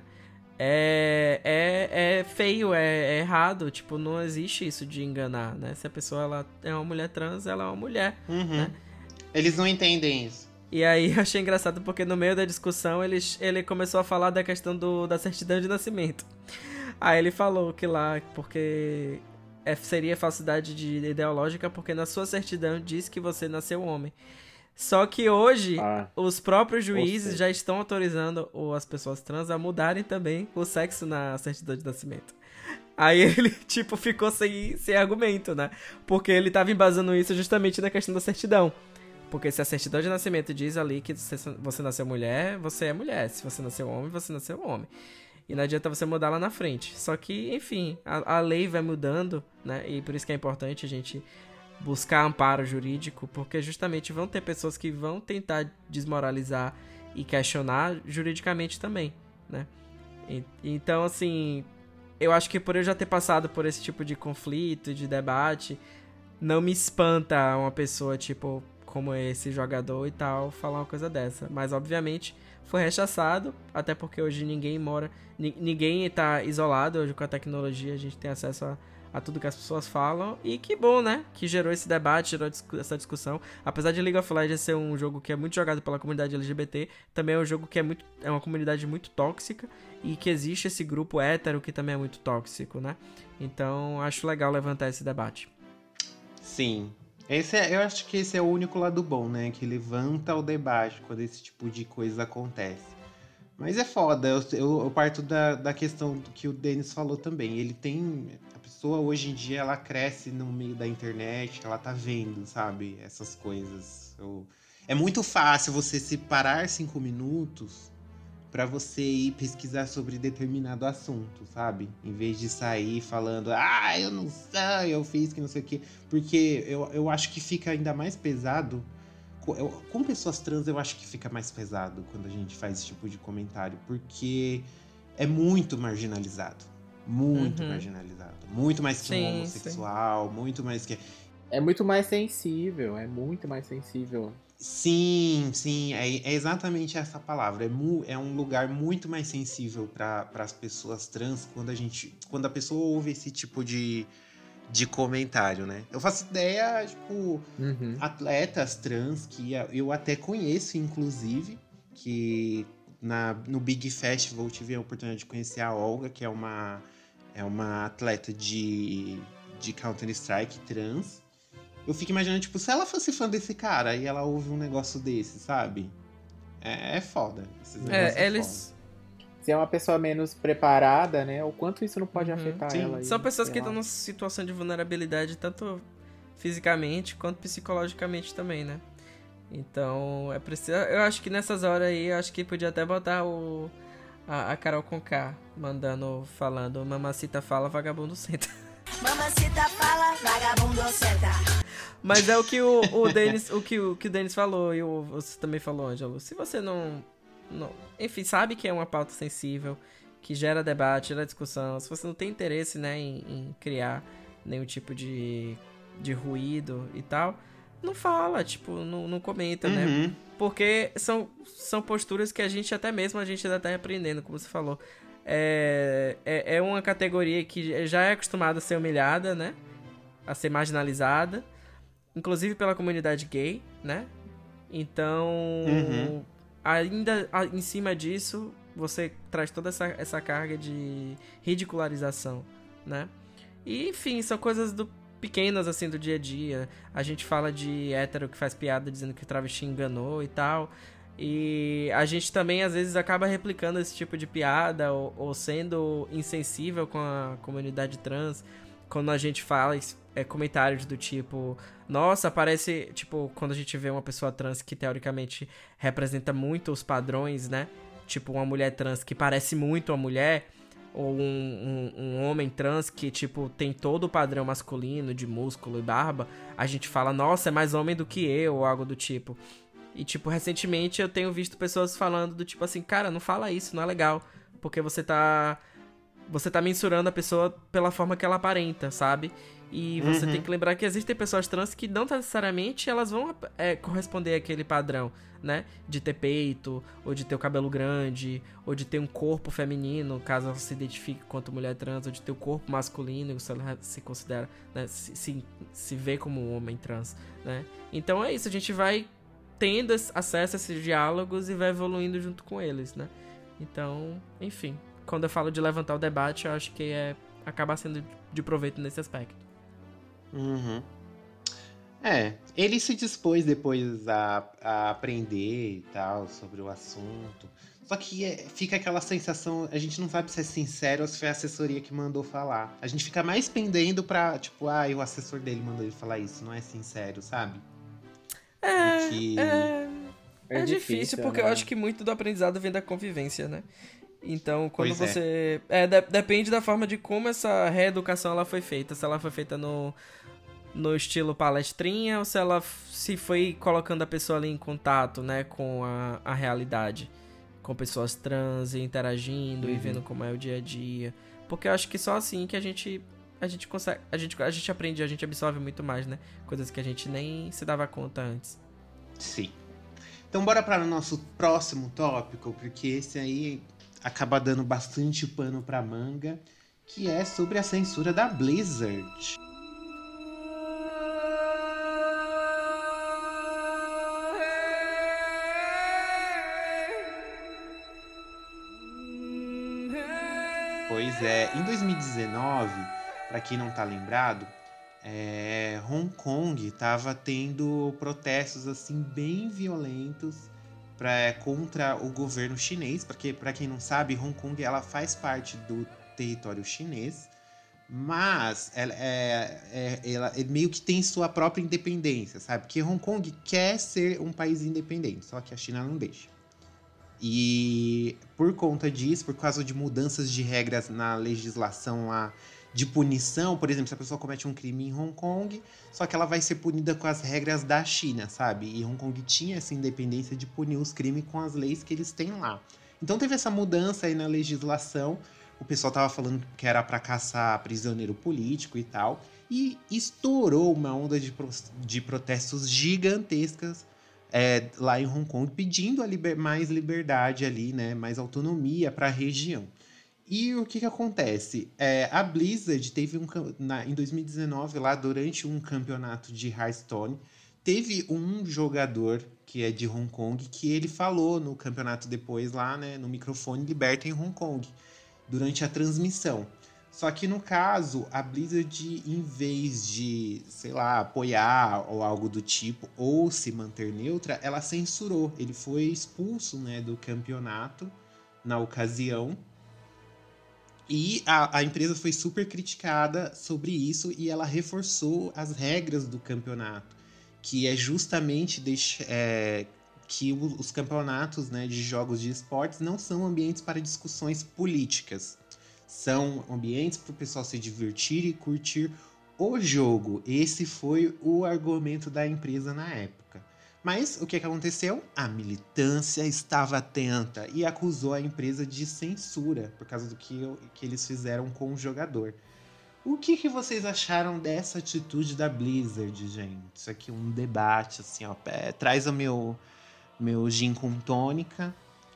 É feio, é errado. Tipo, não existe isso de enganar, né? Se a pessoa ela é uma mulher trans, ela é uma mulher, né? Eles não entendem isso. E aí eu achei engraçado porque no meio da discussão ele começou a falar da questão da certidão de nascimento. Aí ele falou que lá, porque seria falsidade ideológica, porque na sua certidão diz que você nasceu homem. Só que hoje, os próprios juízes já estão autorizando as pessoas trans a mudarem também o sexo na certidão de nascimento. Aí ele, tipo, ficou sem argumento, né? Porque ele tava embasando isso justamente na questão da certidão. Porque se a certidão de nascimento diz ali que você nasceu mulher, você é mulher. Se você nasceu homem, você nasceu homem. E não adianta você mudar lá na frente. Só que, enfim, a lei vai mudando, né? E por isso que é importante a gente buscar amparo jurídico, porque justamente vão ter pessoas que vão tentar desmoralizar e questionar juridicamente também, né? Então, assim, eu acho que por eu já ter passado por esse tipo de conflito, de debate, não me espanta uma pessoa, tipo, como esse jogador e tal, falar uma coisa dessa. Mas, obviamente, foi rechaçado, até porque hoje ninguém tá isolado, hoje com a tecnologia a gente tem acesso a tudo que as pessoas falam, e que bom, né, que gerou esse debate, gerou essa discussão. Apesar de League of Legends ser um jogo que é muito jogado pela comunidade LGBT, também é um jogo que é uma comunidade muito tóxica, e que existe esse grupo hétero que também é muito tóxico, né? Então, acho legal levantar esse debate. Sim. Eu acho que esse é o único lado bom, né, que levanta o debate quando esse tipo de coisa acontece. Mas é foda, eu parto da questão que o Denis falou também. A pessoa hoje em dia, ela cresce no meio da internet, ela tá vendo, sabe, essas coisas. É muito fácil você separar 5 minutos pra você ir pesquisar sobre determinado assunto, sabe? Em vez de sair falando, eu não sei, eu fiz que não sei o quê. Porque eu acho que fica ainda mais pesado. Com pessoas trans, eu acho que fica mais pesado quando a gente faz esse tipo de comentário, porque é muito marginalizado. Muito marginalizado. Muito mais que um homossexual, muito mais que... É muito mais sensível, Sim, é exatamente essa palavra. É um lugar muito mais sensível para as pessoas trans quando a pessoa ouve esse tipo de comentário, né? Eu faço ideia, tipo, atletas trans que eu até conheço, inclusive, que no Big Festival eu tive a oportunidade de conhecer a Olga, que é uma atleta de Counter-Strike trans. Eu fico imaginando, tipo, se ela fosse fã desse cara e ela ouve um negócio desse, sabe? É foda. Se é uma pessoa menos preparada, né? O quanto isso não pode afetar ela. São pessoas que estão numa situação de vulnerabilidade, tanto fisicamente quanto psicologicamente também, né? Então, é preciso. Eu acho que nessas horas aí, eu acho que podia até botar a Carol Conká falando, mamacita fala, vagabundo senta. Mamacita fala, vagabundo senta. Mas é o que o Denis, o que o Denis falou, e você também falou, Ângelo. Se você não, enfim, sabe que é uma pauta sensível, que gera debate, gera discussão, se você não tem interesse, né, em criar nenhum tipo de ruído e tal, não fala, tipo, não comenta, né? Porque são posturas que a gente ainda tá aprendendo, como você falou. é uma categoria que já é acostumada a ser humilhada, né? A ser marginalizada, inclusive pela comunidade gay, né? Então, ainda em cima disso, você traz toda essa carga de ridicularização, né? E, enfim, são coisas pequenas, assim, do dia a dia. A gente fala de hétero que faz piada dizendo que o travesti enganou e tal. E a gente também, às vezes, acaba replicando esse tipo de piada ou sendo insensível com a comunidade trans quando a gente fala comentários do tipo... Nossa, parece... Tipo, quando a gente vê uma pessoa trans que, teoricamente, representa muito os padrões, né? Tipo, uma mulher trans que parece muito uma mulher... Ou um homem trans que, tipo, tem todo o padrão masculino de músculo e barba, a gente fala, nossa, é mais homem do que eu, ou algo do tipo. E, tipo, recentemente eu tenho visto pessoas falando do tipo assim, cara, não fala isso, não é legal. Porque você tá mensurando a pessoa pela forma que ela aparenta, sabe? E você tem que lembrar que existem pessoas trans que não necessariamente elas vão corresponder àquele padrão, né? De ter peito, ou de ter o cabelo grande, ou de ter um corpo feminino, caso ela se identifique quanto mulher trans, ou de ter o corpo masculino, se ela se considera, né? Se vê como um homem trans, né? Então é isso, a gente vai tendo acesso a esses diálogos e vai evoluindo junto com eles, né? Então, enfim, quando eu falo de levantar o debate, eu acho que acaba sendo de proveito nesse aspecto. Ele se dispôs depois a aprender e tal sobre o assunto. Só que fica aquela sensação, a gente não sabe se é sincero ou se foi a assessoria que mandou falar. A gente fica mais pendendo pra, tipo, o assessor dele mandou ele falar isso, não é sincero, sabe? É difícil, porque eu acho que muito do aprendizado vem da convivência, né? Então, quando você... depende da forma de como essa reeducação ela foi feita. Se ela foi feita no estilo palestrinha ou se ela se foi colocando a pessoa ali em contato, né, com a realidade. Com pessoas trans e interagindo e vendo como é o dia a dia. Porque eu acho que só assim que a gente consegue... A gente aprende, a gente absorve muito mais, né? Coisas que a gente nem se dava conta antes. Sim. Então, bora para o nosso próximo tópico, porque esse aí... acaba dando bastante pano pra manga, que é sobre a censura da Blizzard. Pois é, em 2019, pra quem não tá lembrado, Hong Kong tava tendo protestos assim bem violentos contra o governo chinês, porque, para quem não sabe, Hong Kong ela faz parte do território chinês, mas ela meio que tem sua própria independência, sabe? Porque Hong Kong quer ser um país independente, só que a China não deixa. E por conta disso, por causa de mudanças de regras na legislação lá de punição, por exemplo, se a pessoa comete um crime em Hong Kong, só que ela vai ser punida com as regras da China, sabe? E Hong Kong tinha essa independência de punir os crimes com as leis que eles têm lá. Então teve essa mudança aí na legislação, o pessoal tava falando que era para caçar prisioneiro político e tal, e estourou uma onda de protestos gigantescas lá em Hong Kong, pedindo mais liberdade ali, né? Mais autonomia para a região. E o que acontece? A Blizzard teve em 2019, lá durante um campeonato de Hearthstone, teve um jogador que é de Hong Kong que ele falou no campeonato depois lá, né, no microfone Libertem Hong Kong, durante a transmissão. Só que no caso, a Blizzard, em vez de, sei lá, apoiar ou algo do tipo, ou se manter neutra, ela censurou. Ele foi expulso, né, do campeonato na ocasião. E a empresa foi super criticada sobre isso e ela reforçou as regras do campeonato, que é justamente que os campeonatos, né, de jogos de esportes não são ambientes para discussões políticas. São ambientes para o pessoal se divertir e curtir o jogo. Esse foi o argumento da empresa na época. Mas o que aconteceu? A militância estava atenta e acusou a empresa de censura por causa do que eles fizeram com o jogador. O que vocês acharam dessa atitude da Blizzard, gente? Isso aqui é um debate, assim, ó. Traz o meu gin com tônica,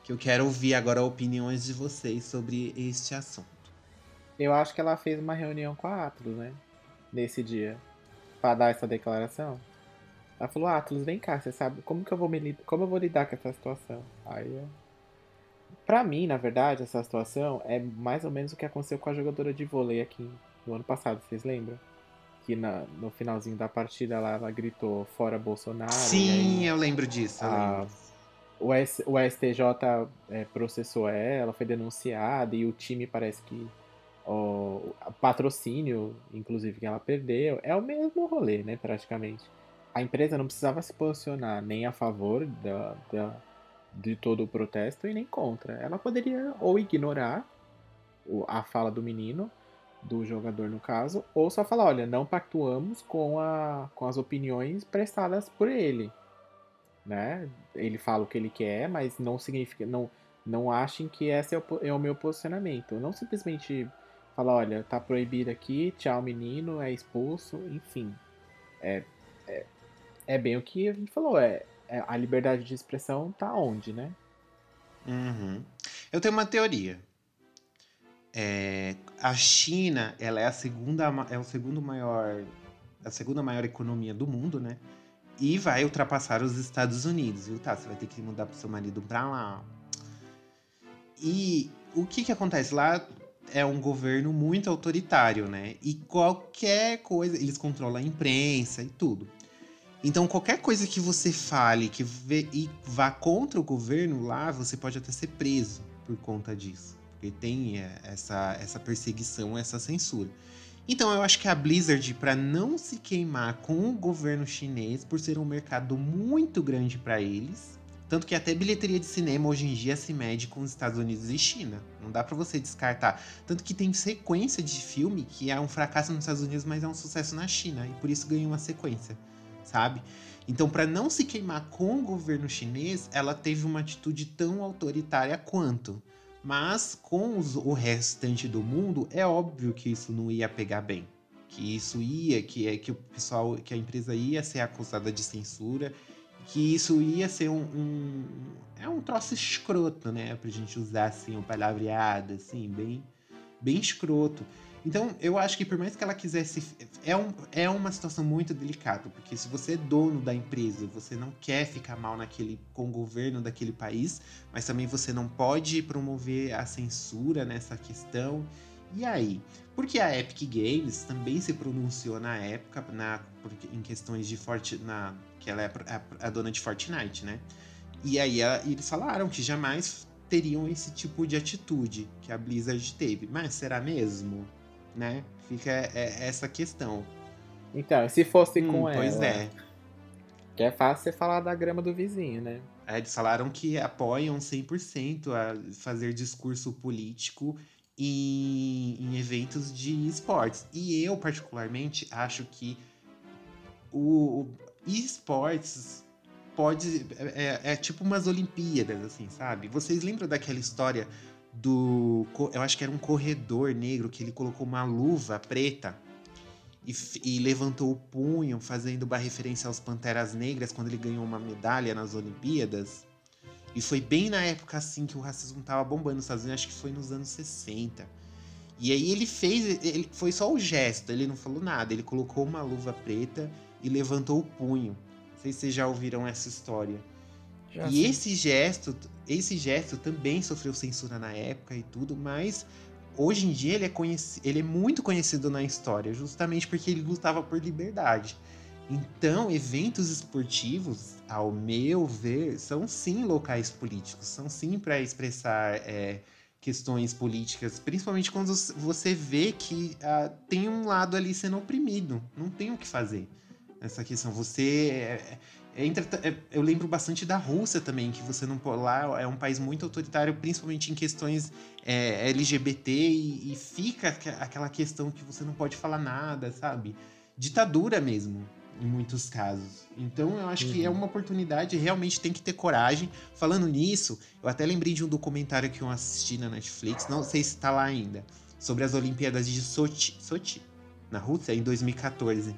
que eu quero ouvir agora opiniões de vocês sobre este assunto. Eu acho que ela fez uma reunião com a Atlas, né? Nesse dia. Pra dar essa declaração. Ela falou, Atlas, vem cá, você sabe como eu vou lidar com essa situação? Pra mim, na verdade, essa situação é mais ou menos o que aconteceu com a jogadora de vôlei aqui no ano passado, vocês lembram? Que no finalzinho da partida ela gritou fora Bolsonaro. Sim, eu lembro disso, eu lembro. O STJ processou ela, foi denunciada e o time parece que o patrocínio, inclusive, que ela perdeu, é o mesmo rolê, né, praticamente. A empresa não precisava se posicionar nem a favor de todo o protesto e nem contra. Ela poderia ou ignorar a fala do menino, do jogador no caso, ou só falar, olha, não pactuamos com as opiniões prestadas por ele, né? Ele fala o que ele quer, mas não significa, não achem que esse é o meu posicionamento. Não simplesmente falar, olha, tá proibido aqui, tchau menino, é expulso, enfim. É bem o que a gente falou, a liberdade de expressão tá onde, né? Uhum. Eu tenho uma teoria. A China, ela é a segunda maior economia do mundo, né? E vai ultrapassar os Estados Unidos, viu? Tá, você vai ter que mudar pro seu marido pra lá. E o que acontece lá é um governo muito autoritário, né? E qualquer coisa, eles controlam a imprensa e tudo. Então, qualquer coisa que você fale e vá contra o governo lá, você pode até ser preso por conta disso. Porque tem essa perseguição, essa censura. Então, eu acho que a Blizzard, para não se queimar com o governo chinês, por ser um mercado muito grande para eles, tanto que até bilheteria de cinema hoje em dia se mede com os Estados Unidos e China. Não dá para você descartar. Tanto que tem sequência de filme que é um fracasso nos Estados Unidos, mas é um sucesso na China. E por isso ganha uma sequência. Sabe? Então, para não se queimar com o governo chinês, ela teve uma atitude tão autoritária quanto. Mas com o restante do mundo, é óbvio que isso não ia pegar bem. Que isso que o pessoal, que a empresa ia ser acusada de censura, que isso ia ser um troço escroto, né? Pra gente usar assim, um palavreado, assim, bem escroto. Então, eu acho que por mais que ela quisesse... É uma situação muito delicada, porque se você é dono da empresa, você não quer ficar mal com o governo daquele país, mas também você não pode promover a censura nessa questão. E aí? Porque a Epic Games também se pronunciou na época, em questões de Fortnite, que ela é a dona de Fortnite, né? E aí eles falaram que jamais teriam esse tipo de atitude que a Blizzard teve. Mas será mesmo? Né? Fica essa questão. Então, se fosse com ela... Pois é. Que é fácil você falar da grama do vizinho, né? Eles falaram que apoiam 100% a fazer discurso político em eventos de esportes. E eu, particularmente, acho que o esportes pode... É tipo umas Olimpíadas, assim, sabe? Vocês lembram daquela história... eu acho que era um corredor negro que ele colocou uma luva preta e levantou o punho, fazendo uma referência aos Panteras Negras quando ele ganhou uma medalha nas Olimpíadas. E foi bem na época assim que o racismo tava bombando nos Estados Unidos, acho que foi nos anos 60. E aí foi só o gesto, ele não falou nada, ele colocou uma luva preta e levantou o punho. Não sei se vocês já ouviram essa história. E esse gesto também sofreu censura na época e tudo, mas hoje em dia ele é muito conhecido na história, justamente porque ele lutava por liberdade. Então, eventos esportivos, ao meu ver, são sim locais políticos, são sim para expressar questões políticas, principalmente quando você vê que tem um lado ali sendo oprimido, não tem o que fazer nessa questão. Eu lembro bastante da Rússia também, que você não pode... Lá é um país muito autoritário, principalmente em questões LGBT, e fica aquela questão que você não pode falar nada, sabe? Ditadura mesmo, em muitos casos. Então, eu acho que é uma oportunidade, realmente tem que ter coragem. Falando nisso, eu até lembrei de um documentário que eu assisti na Netflix, não sei se tá lá ainda, sobre as Olimpíadas de Sochi, na Rússia, em 2014.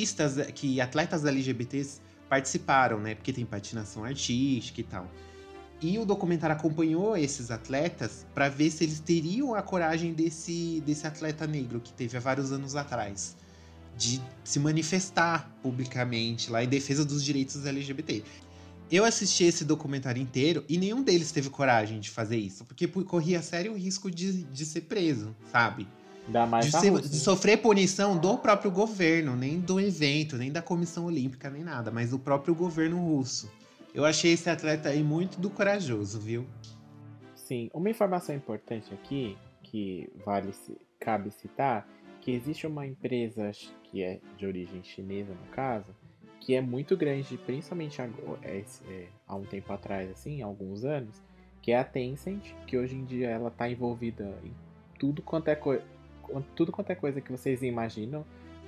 Que atletas LGBTs participaram, né? Porque tem patinação artística e tal. E o documentário acompanhou esses atletas para ver se eles teriam a coragem desse atleta negro que teve há vários anos atrás, de se manifestar publicamente lá em defesa dos direitos LGBT. Eu assisti esse documentário inteiro e nenhum deles teve coragem de fazer isso, porque corria sério risco de ser preso, sabe? Ainda mais de sofrer punição do próprio governo, nem do evento, nem da Comissão Olímpica, nem nada, mas do próprio governo russo. Eu achei esse atleta aí muito do corajoso, viu? Sim, uma informação importante aqui, que cabe citar, que existe uma empresa que é de origem chinesa, no caso, que é muito grande, principalmente há um tempo atrás, assim, há alguns anos, que é a Tencent, que hoje em dia ela está envolvida em tudo quanto é coisa que vocês imaginam.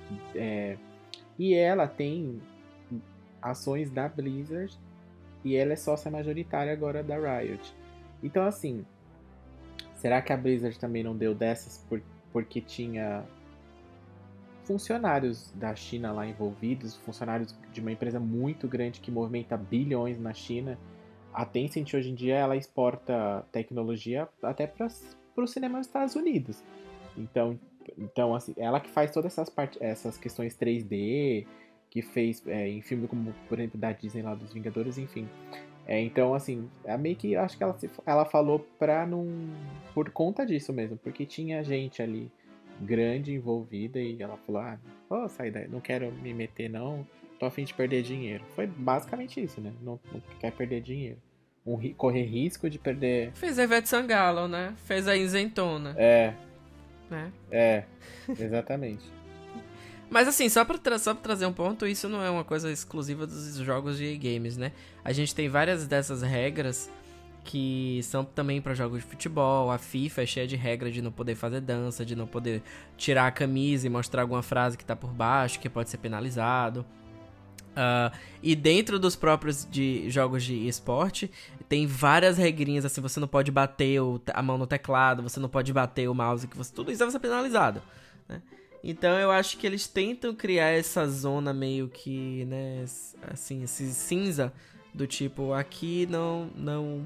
E ela tem ações da Blizzard e ela é sócia majoritária agora da Riot. Então, assim, será que a Blizzard também não deu dessas porque tinha funcionários da China lá envolvidos, funcionários de uma empresa muito grande que movimenta bilhões na China? A Tencent hoje em dia ela exporta tecnologia até para o cinema nos Estados Unidos. Então assim, ela que faz todas essas questões 3D, que fez em filme como, por exemplo, da Disney lá dos Vingadores, enfim. Então, assim, meio que acho que ela falou por conta disso mesmo, porque tinha gente ali grande envolvida e ela falou, vou sair daí, não quero me meter não, tô a fim de perder dinheiro. Foi basicamente isso, né? Não quer perder dinheiro. Correr risco de perder... Fez a Ivete Sangalo, né? Fez a Isentona. Né? Exatamente. Mas assim, só pra trazer um ponto, isso não é uma coisa exclusiva dos jogos de games, né? A gente tem várias dessas regras que são também para jogos de futebol. A FIFA é cheia de regra de não poder fazer dança, de não poder tirar a camisa e mostrar alguma frase que tá por baixo, que pode ser penalizado. E dentro dos próprios jogos de esporte, tem várias regrinhas, assim, você não pode bater a mão no teclado, você não pode bater o mouse, tudo isso vai ser penalizado, né? Então eu acho que eles tentam criar essa zona meio que, né, assim, esse cinza do tipo, aqui não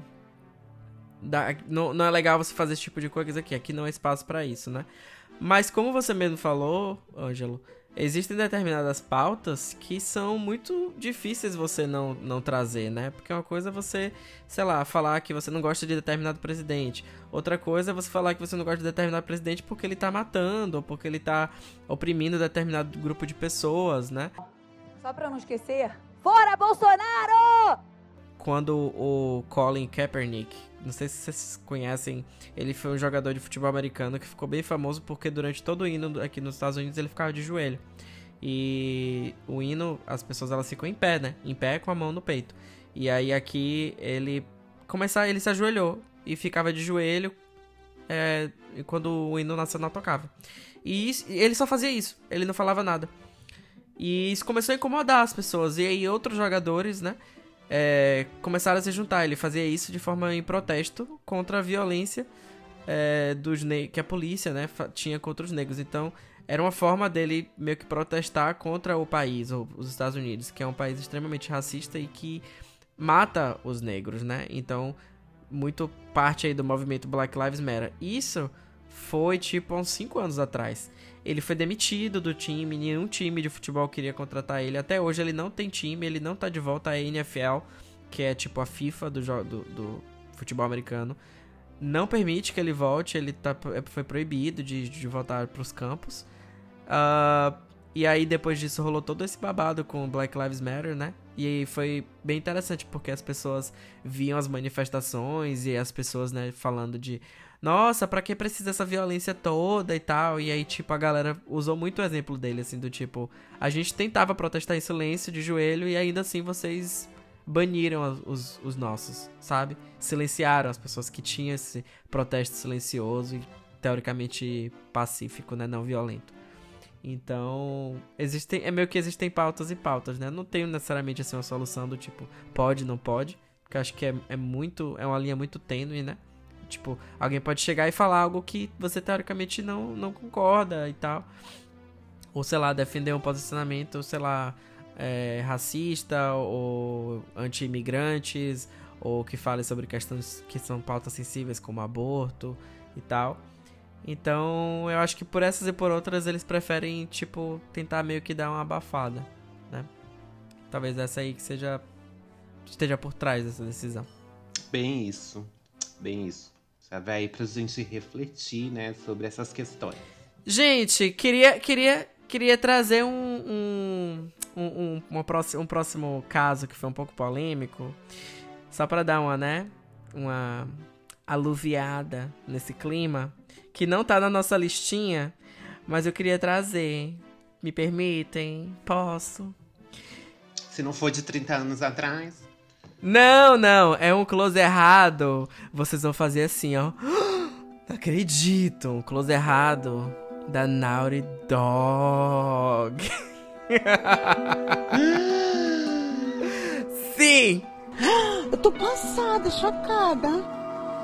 é legal você fazer esse tipo de coisa aqui não é espaço pra isso, né? Mas como você mesmo falou, Ângelo, existem determinadas pautas que são muito difíceis você não trazer, né? Porque uma coisa é você, sei lá, falar que você não gosta de determinado presidente. Outra coisa é você falar que você não gosta de determinado presidente porque ele tá matando, ou porque ele tá oprimindo determinado grupo de pessoas, né? Só pra não esquecer, fora Bolsonaro! Quando o Colin Kaepernick, não sei se vocês conhecem, ele foi um jogador de futebol americano que ficou bem famoso porque durante todo o hino aqui nos Estados Unidos ele ficava de joelho. E o hino, as pessoas elas ficam em pé, né? Em pé com a mão no peito. E aí aqui ele se ajoelhou e ficava de joelho quando o hino nacional tocava. E ele só fazia isso, ele não falava nada. E isso começou a incomodar as pessoas. E aí outros jogadores, né? Começaram a se juntar. Ele fazia isso de forma em protesto contra a violência que a polícia, né, tinha contra os negros. Então era uma forma dele meio que protestar contra o país, ou os Estados Unidos, que é um país extremamente racista e que mata os negros, né? Então muito parte aí do movimento Black Lives Matter. Isso foi tipo há uns 5 anos atrás. Ele foi demitido do time, nenhum time de futebol queria contratar ele. Até hoje ele não tem time, ele não tá de volta à NFL, que é tipo a FIFA do futebol americano. Não permite que ele volte, ele foi proibido de voltar pros campos. E aí depois disso rolou todo esse babado com o Black Lives Matter, né? E aí foi bem interessante, porque as pessoas viam as manifestações e as pessoas, né, falando de... Nossa, pra que precisa essa violência toda e tal? E aí, tipo, a galera usou muito o exemplo dele, assim, do tipo... A gente tentava protestar em silêncio, de joelho, e ainda assim vocês baniram os nossos, sabe? Silenciaram as pessoas que tinham esse protesto silencioso e, teoricamente, pacífico, né? Não violento. Então, meio que existem pautas e pautas, né? Não tenho necessariamente, assim, uma solução do tipo... Pode, não pode. Porque eu acho que é uma linha muito tênue, né? Tipo, alguém pode chegar e falar algo que você teoricamente não concorda e tal. Ou, sei lá, defender um posicionamento, sei lá, racista ou anti-imigrantes ou que fale sobre questões que são pautas sensíveis, como aborto e tal. Então, eu acho que por essas e por outras, eles preferem, tipo, tentar meio que dar uma abafada, né? Talvez essa aí que esteja por trás dessa decisão. Bem isso. Já vai aí pra gente refletir, né, sobre essas questões. Gente, queria trazer um próximo caso que foi um pouco polêmico, só pra dar uma aluviada nesse clima, que não tá na nossa listinha, mas eu queria trazer. Me permitem? Posso? Se não for de 30 anos atrás... Não, é um close errado. Vocês vão fazer assim, ó. Não acredito, um close errado da Naughty Dog. Sim! Eu tô passada, chocada.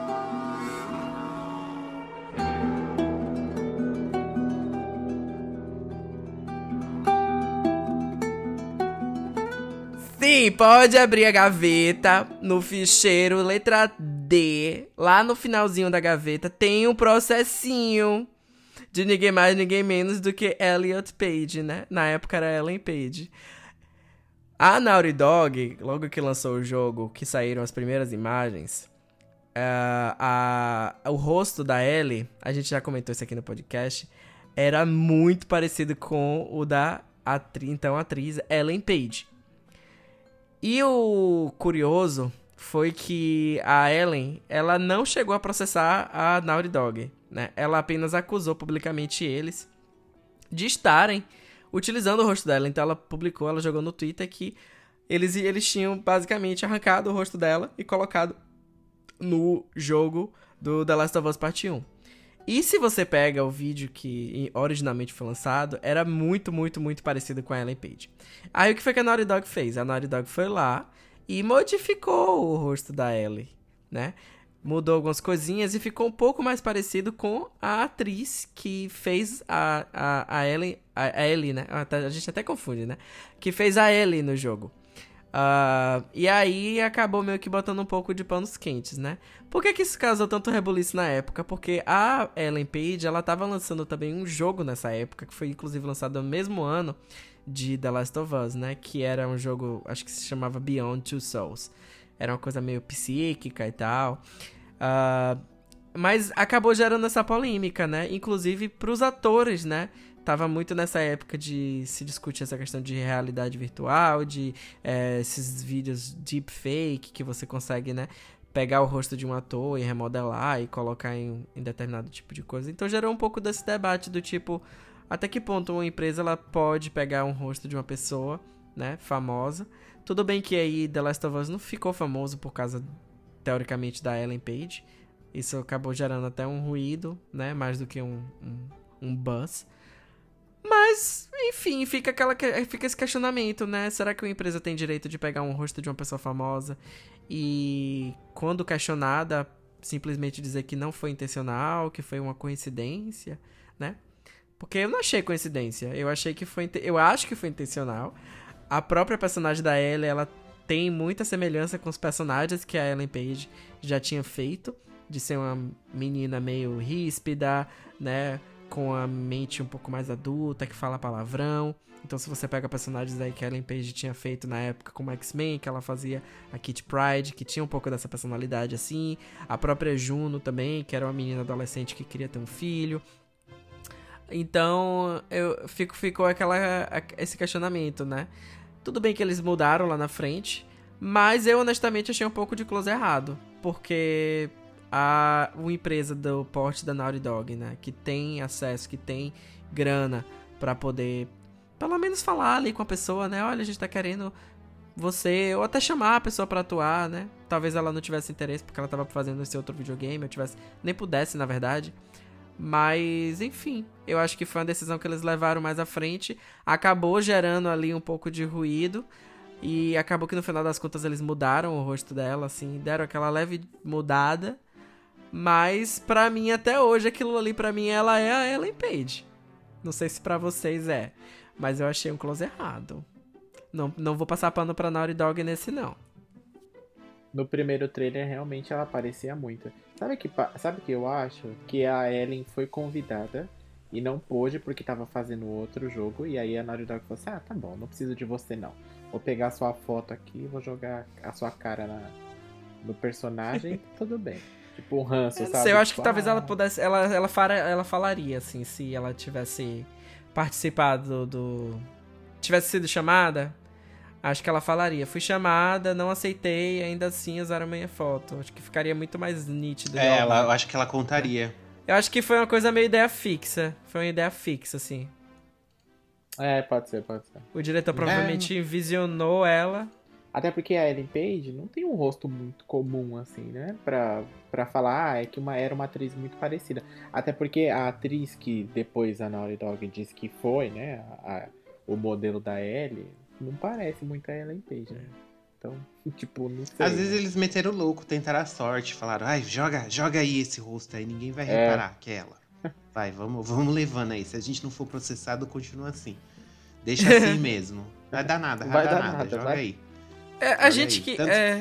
Sim, pode abrir a gaveta no ficheiro letra D. Lá no finalzinho da gaveta tem um processinho de ninguém mais, ninguém menos do que Elliot Page, né? Na época era Ellen Page. A Naughty Dog, logo que lançou o jogo, que saíram as primeiras imagens, o rosto da Ellie, a gente já comentou isso aqui no podcast, era muito parecido com o da atriz Ellen Page. E o curioso foi que a Ellen, ela não chegou a processar a Naughty Dog, né? Ela apenas acusou publicamente eles de estarem utilizando o rosto dela. Então ela jogou no Twitter que eles tinham basicamente arrancado o rosto dela e colocado no jogo do The Last of Us Part 1. E se você pega o vídeo que originalmente foi lançado, era muito, muito, muito parecido com a Ellen Page. Aí o que foi que a Naughty Dog fez? A Naughty Dog foi lá e modificou o rosto da Ellie, né? Mudou algumas coisinhas e ficou um pouco mais parecido com a atriz que fez a Ellie, né? A gente até confunde, né? Que fez a Ellie no jogo. E aí acabou meio que botando um pouco de panos quentes, né? Por que isso causou tanto rebuliço na época? Porque a Ellen Page, ela tava lançando também um jogo nessa época, que foi inclusive lançado no mesmo ano de The Last of Us, né? Que era um jogo, acho que se chamava Beyond Two Souls. Era uma coisa meio psíquica e tal. Mas acabou gerando essa polêmica, né? Inclusive pros atores, né? Tava muito nessa época de se discutir essa questão de realidade virtual, de esses vídeos deepfake que você consegue, né, pegar o rosto de um ator e remodelar e colocar em determinado tipo de coisa. Então gerou um pouco desse debate do tipo, até que ponto uma empresa ela pode pegar um rosto de uma pessoa, né, famosa. Tudo bem que aí The Last of Us não ficou famoso por causa, teoricamente, da Ellen Page. Isso acabou gerando até um ruído, né, mais do que um buzz. Mas, enfim, fica esse questionamento, né? Será que uma empresa tem direito de pegar um rosto de uma pessoa famosa e, quando questionada, simplesmente dizer que não foi intencional, que foi uma coincidência, né? Porque eu não achei coincidência. Eu acho que foi intencional. A própria personagem da Ellie, ela tem muita semelhança com os personagens que a Ellen Page já tinha feito, de ser uma menina meio ríspida, né? Com a mente um pouco mais adulta, que fala palavrão. Então, se você pega personagens aí que a Ellen Page tinha feito na época como X-Men, que ela fazia a Kitty Pryde, que tinha um pouco dessa personalidade assim. A própria Juno também, que era uma menina adolescente que queria ter um filho. Então, ficou esse questionamento, né? Tudo bem que eles mudaram lá na frente, mas eu honestamente achei um pouco de close errado, porque uma empresa do porte da Naughty Dog, né, que tem acesso, que tem grana pra poder pelo menos falar ali com a pessoa, né, olha, a gente tá querendo você, ou até chamar a pessoa pra atuar, né, talvez ela não tivesse interesse porque ela tava fazendo esse outro videogame, nem pudesse, na verdade, mas, enfim, eu acho que foi uma decisão que eles levaram mais à frente, acabou gerando ali um pouco de ruído, e acabou que no final das contas eles mudaram o rosto dela, assim, deram aquela leve mudada. Mas, pra mim, até hoje, aquilo ali, pra mim, ela é a Ellen Page. Não sei se pra vocês é. Mas eu achei um close errado. Não vou passar pano pra Naughty Dog nesse, não. No primeiro trailer, realmente, ela aparecia muito. Sabe o que eu acho? Que a Ellen foi convidada e não pôde porque tava fazendo outro jogo. E aí a Naughty Dog falou assim, tá bom, não preciso de você não. Vou pegar a sua foto aqui e vou jogar a sua cara no personagem, tudo bem. Tipo um ranço, sabe? Eu acho que talvez ela pudesse... Ela falaria, assim, se ela tivesse participado tivesse sido chamada... Acho que ela falaria, fui chamada, não aceitei, ainda assim usaram minha foto. Acho que ficaria muito mais nítido. Eu acho que ela contaria. Eu acho que foi uma coisa meio ideia fixa. Foi uma ideia fixa, assim. Pode ser. O diretor provavelmente visionou ela. Até porque a Ellen Page não tem um rosto muito comum, assim, né? Pra falar, é que era uma atriz muito parecida. Até porque a atriz que depois a Naughty Dog disse que foi, né? O modelo da Ellie... Não parece muito a Ellen Page, né? Então, tipo, não sei. Às vezes eles meteram o louco, tentaram a sorte, falaram, joga aí esse rosto aí, ninguém vai reparar que é ela. Vai, vamos levando aí. Se a gente não for processado, continua assim. Deixa assim mesmo. Vai dar nada, joga aí. A gente que...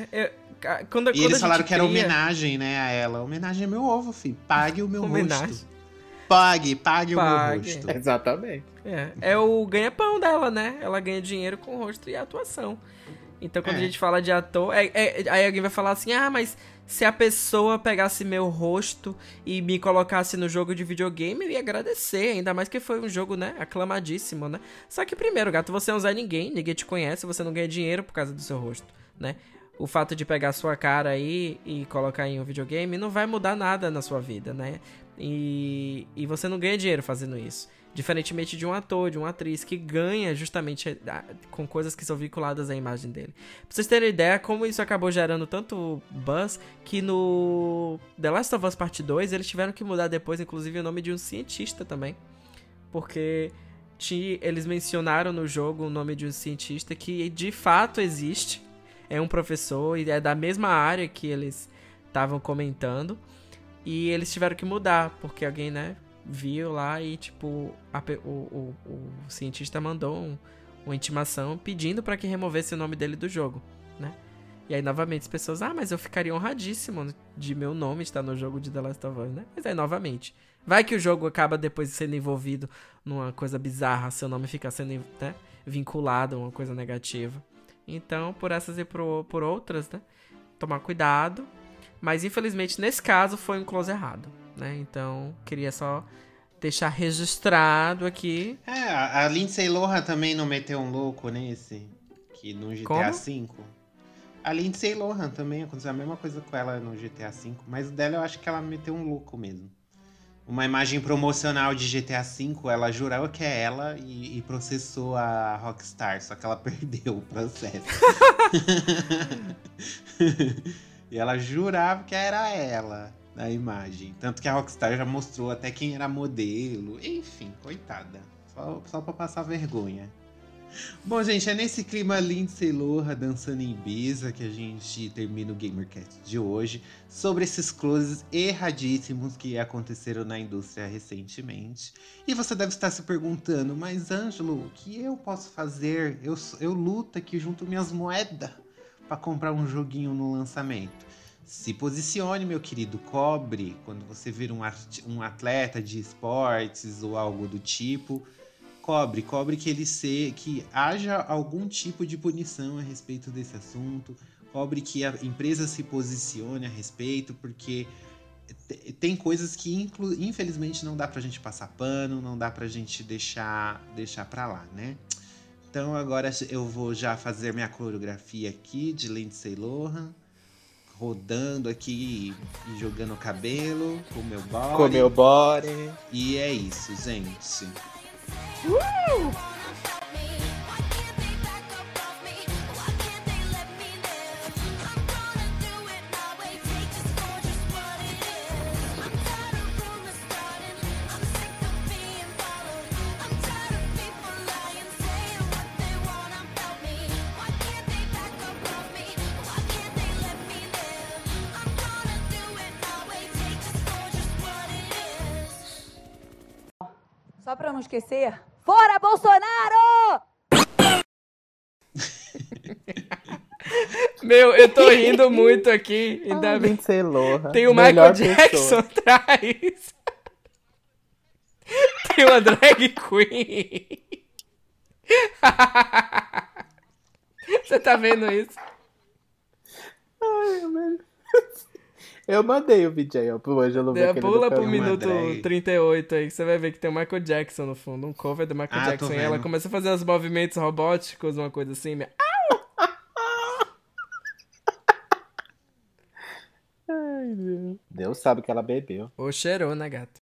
Quando eles falaram que era homenagem, né, a ela. Homenagem é meu ovo, filho. Pague o meu rosto. Pague o meu rosto. Exatamente. É o ganha-pão dela, né? Ela ganha dinheiro com o rosto e a atuação. Então, quando a gente fala de ator... Aí alguém vai falar assim, mas se a pessoa pegasse meu rosto e me colocasse no jogo de videogame, eu ia agradecer. Ainda mais que foi um jogo, né? Aclamadíssimo, né? Só que primeiro, gato, você é um Zé Ninguém te conhece, você não ganha dinheiro por causa do seu rosto, né? O fato de pegar a sua cara aí e colocar em um videogame não vai mudar nada na sua vida, né? E você não ganha dinheiro fazendo isso. Diferentemente de um ator, de uma atriz que ganha justamente com coisas que são vinculadas à imagem dele. Pra vocês terem ideia, como isso acabou gerando tanto buzz, que no The Last of Us Part 2 eles tiveram que mudar depois, inclusive, o nome de um cientista também. Porque eles mencionaram no jogo o nome de um cientista que de fato existe. É um professor e é da mesma área que eles estavam comentando. E eles tiveram que mudar, porque alguém, né, viu lá e, tipo, o cientista mandou uma intimação pedindo pra que removesse o nome dele do jogo, né? E aí, novamente, as pessoas, mas eu ficaria honradíssimo de meu nome estar no jogo de The Last of Us, né? Mas aí, novamente, vai que o jogo acaba depois sendo envolvido numa coisa bizarra, seu nome fica sendo, né, vinculado a uma coisa negativa. Então, por essas e por outras, né, tomar cuidado. Mas, infelizmente, nesse caso, foi um close errado, né? Então, queria só deixar registrado aqui. A Lindsay Lohan também não meteu um louco nesse, que no GTA V. A Lindsay Lohan também aconteceu a mesma coisa com ela no GTA V, mas o dela eu acho que ela meteu um louco mesmo. Uma imagem promocional de GTA V, ela jurava que é ela e processou a Rockstar, só que ela perdeu o processo. E ela jurava que era ela na imagem. Tanto que a Rockstar já mostrou até quem era modelo. Enfim, coitada. Só pra passar vergonha. Bom, gente, é nesse clima Lindsay Lohan dançando em Ibiza que a gente termina o GamerCast de hoje. Sobre esses closes erradíssimos que aconteceram na indústria recentemente. E você deve estar se perguntando, mas Ângelo, o que eu posso fazer? Eu luto aqui junto minhas moedas para comprar um joguinho no lançamento. Se posicione, meu querido, cobre quando você vir um atleta de esportes ou algo do tipo. Cobre que haja algum tipo de punição a respeito desse assunto. Cobre que a empresa se posicione a respeito, porque tem coisas que infelizmente não dá pra gente passar pano, não dá pra gente deixar pra lá, né? Então agora eu vou já fazer minha coreografia aqui de Lindsay Lohan, rodando aqui e jogando o cabelo com o meu body. E é isso, gente. Só pra não esquecer, fora Bolsonaro! Meu, eu tô rindo muito aqui. Ainda bem. Lindsay Lohan. Tem o Melhor Michael Jackson pessoa. atrás. Tem uma drag queen. Você tá vendo isso? Ai, meu Deus. Eu mandei o vídeo aí, pro Ângelo ver que ele Pula não pro pegou. minuto drag. 38 aí, que você vai ver que tem o Michael Jackson no fundo. Um cover do Michael Ah, tô Jackson. E ela vendo. começa a fazer os movimentos robóticos, uma coisa assim. Ai, Deus. Deus sabe que ela bebeu. Ou cheirou, né, gato?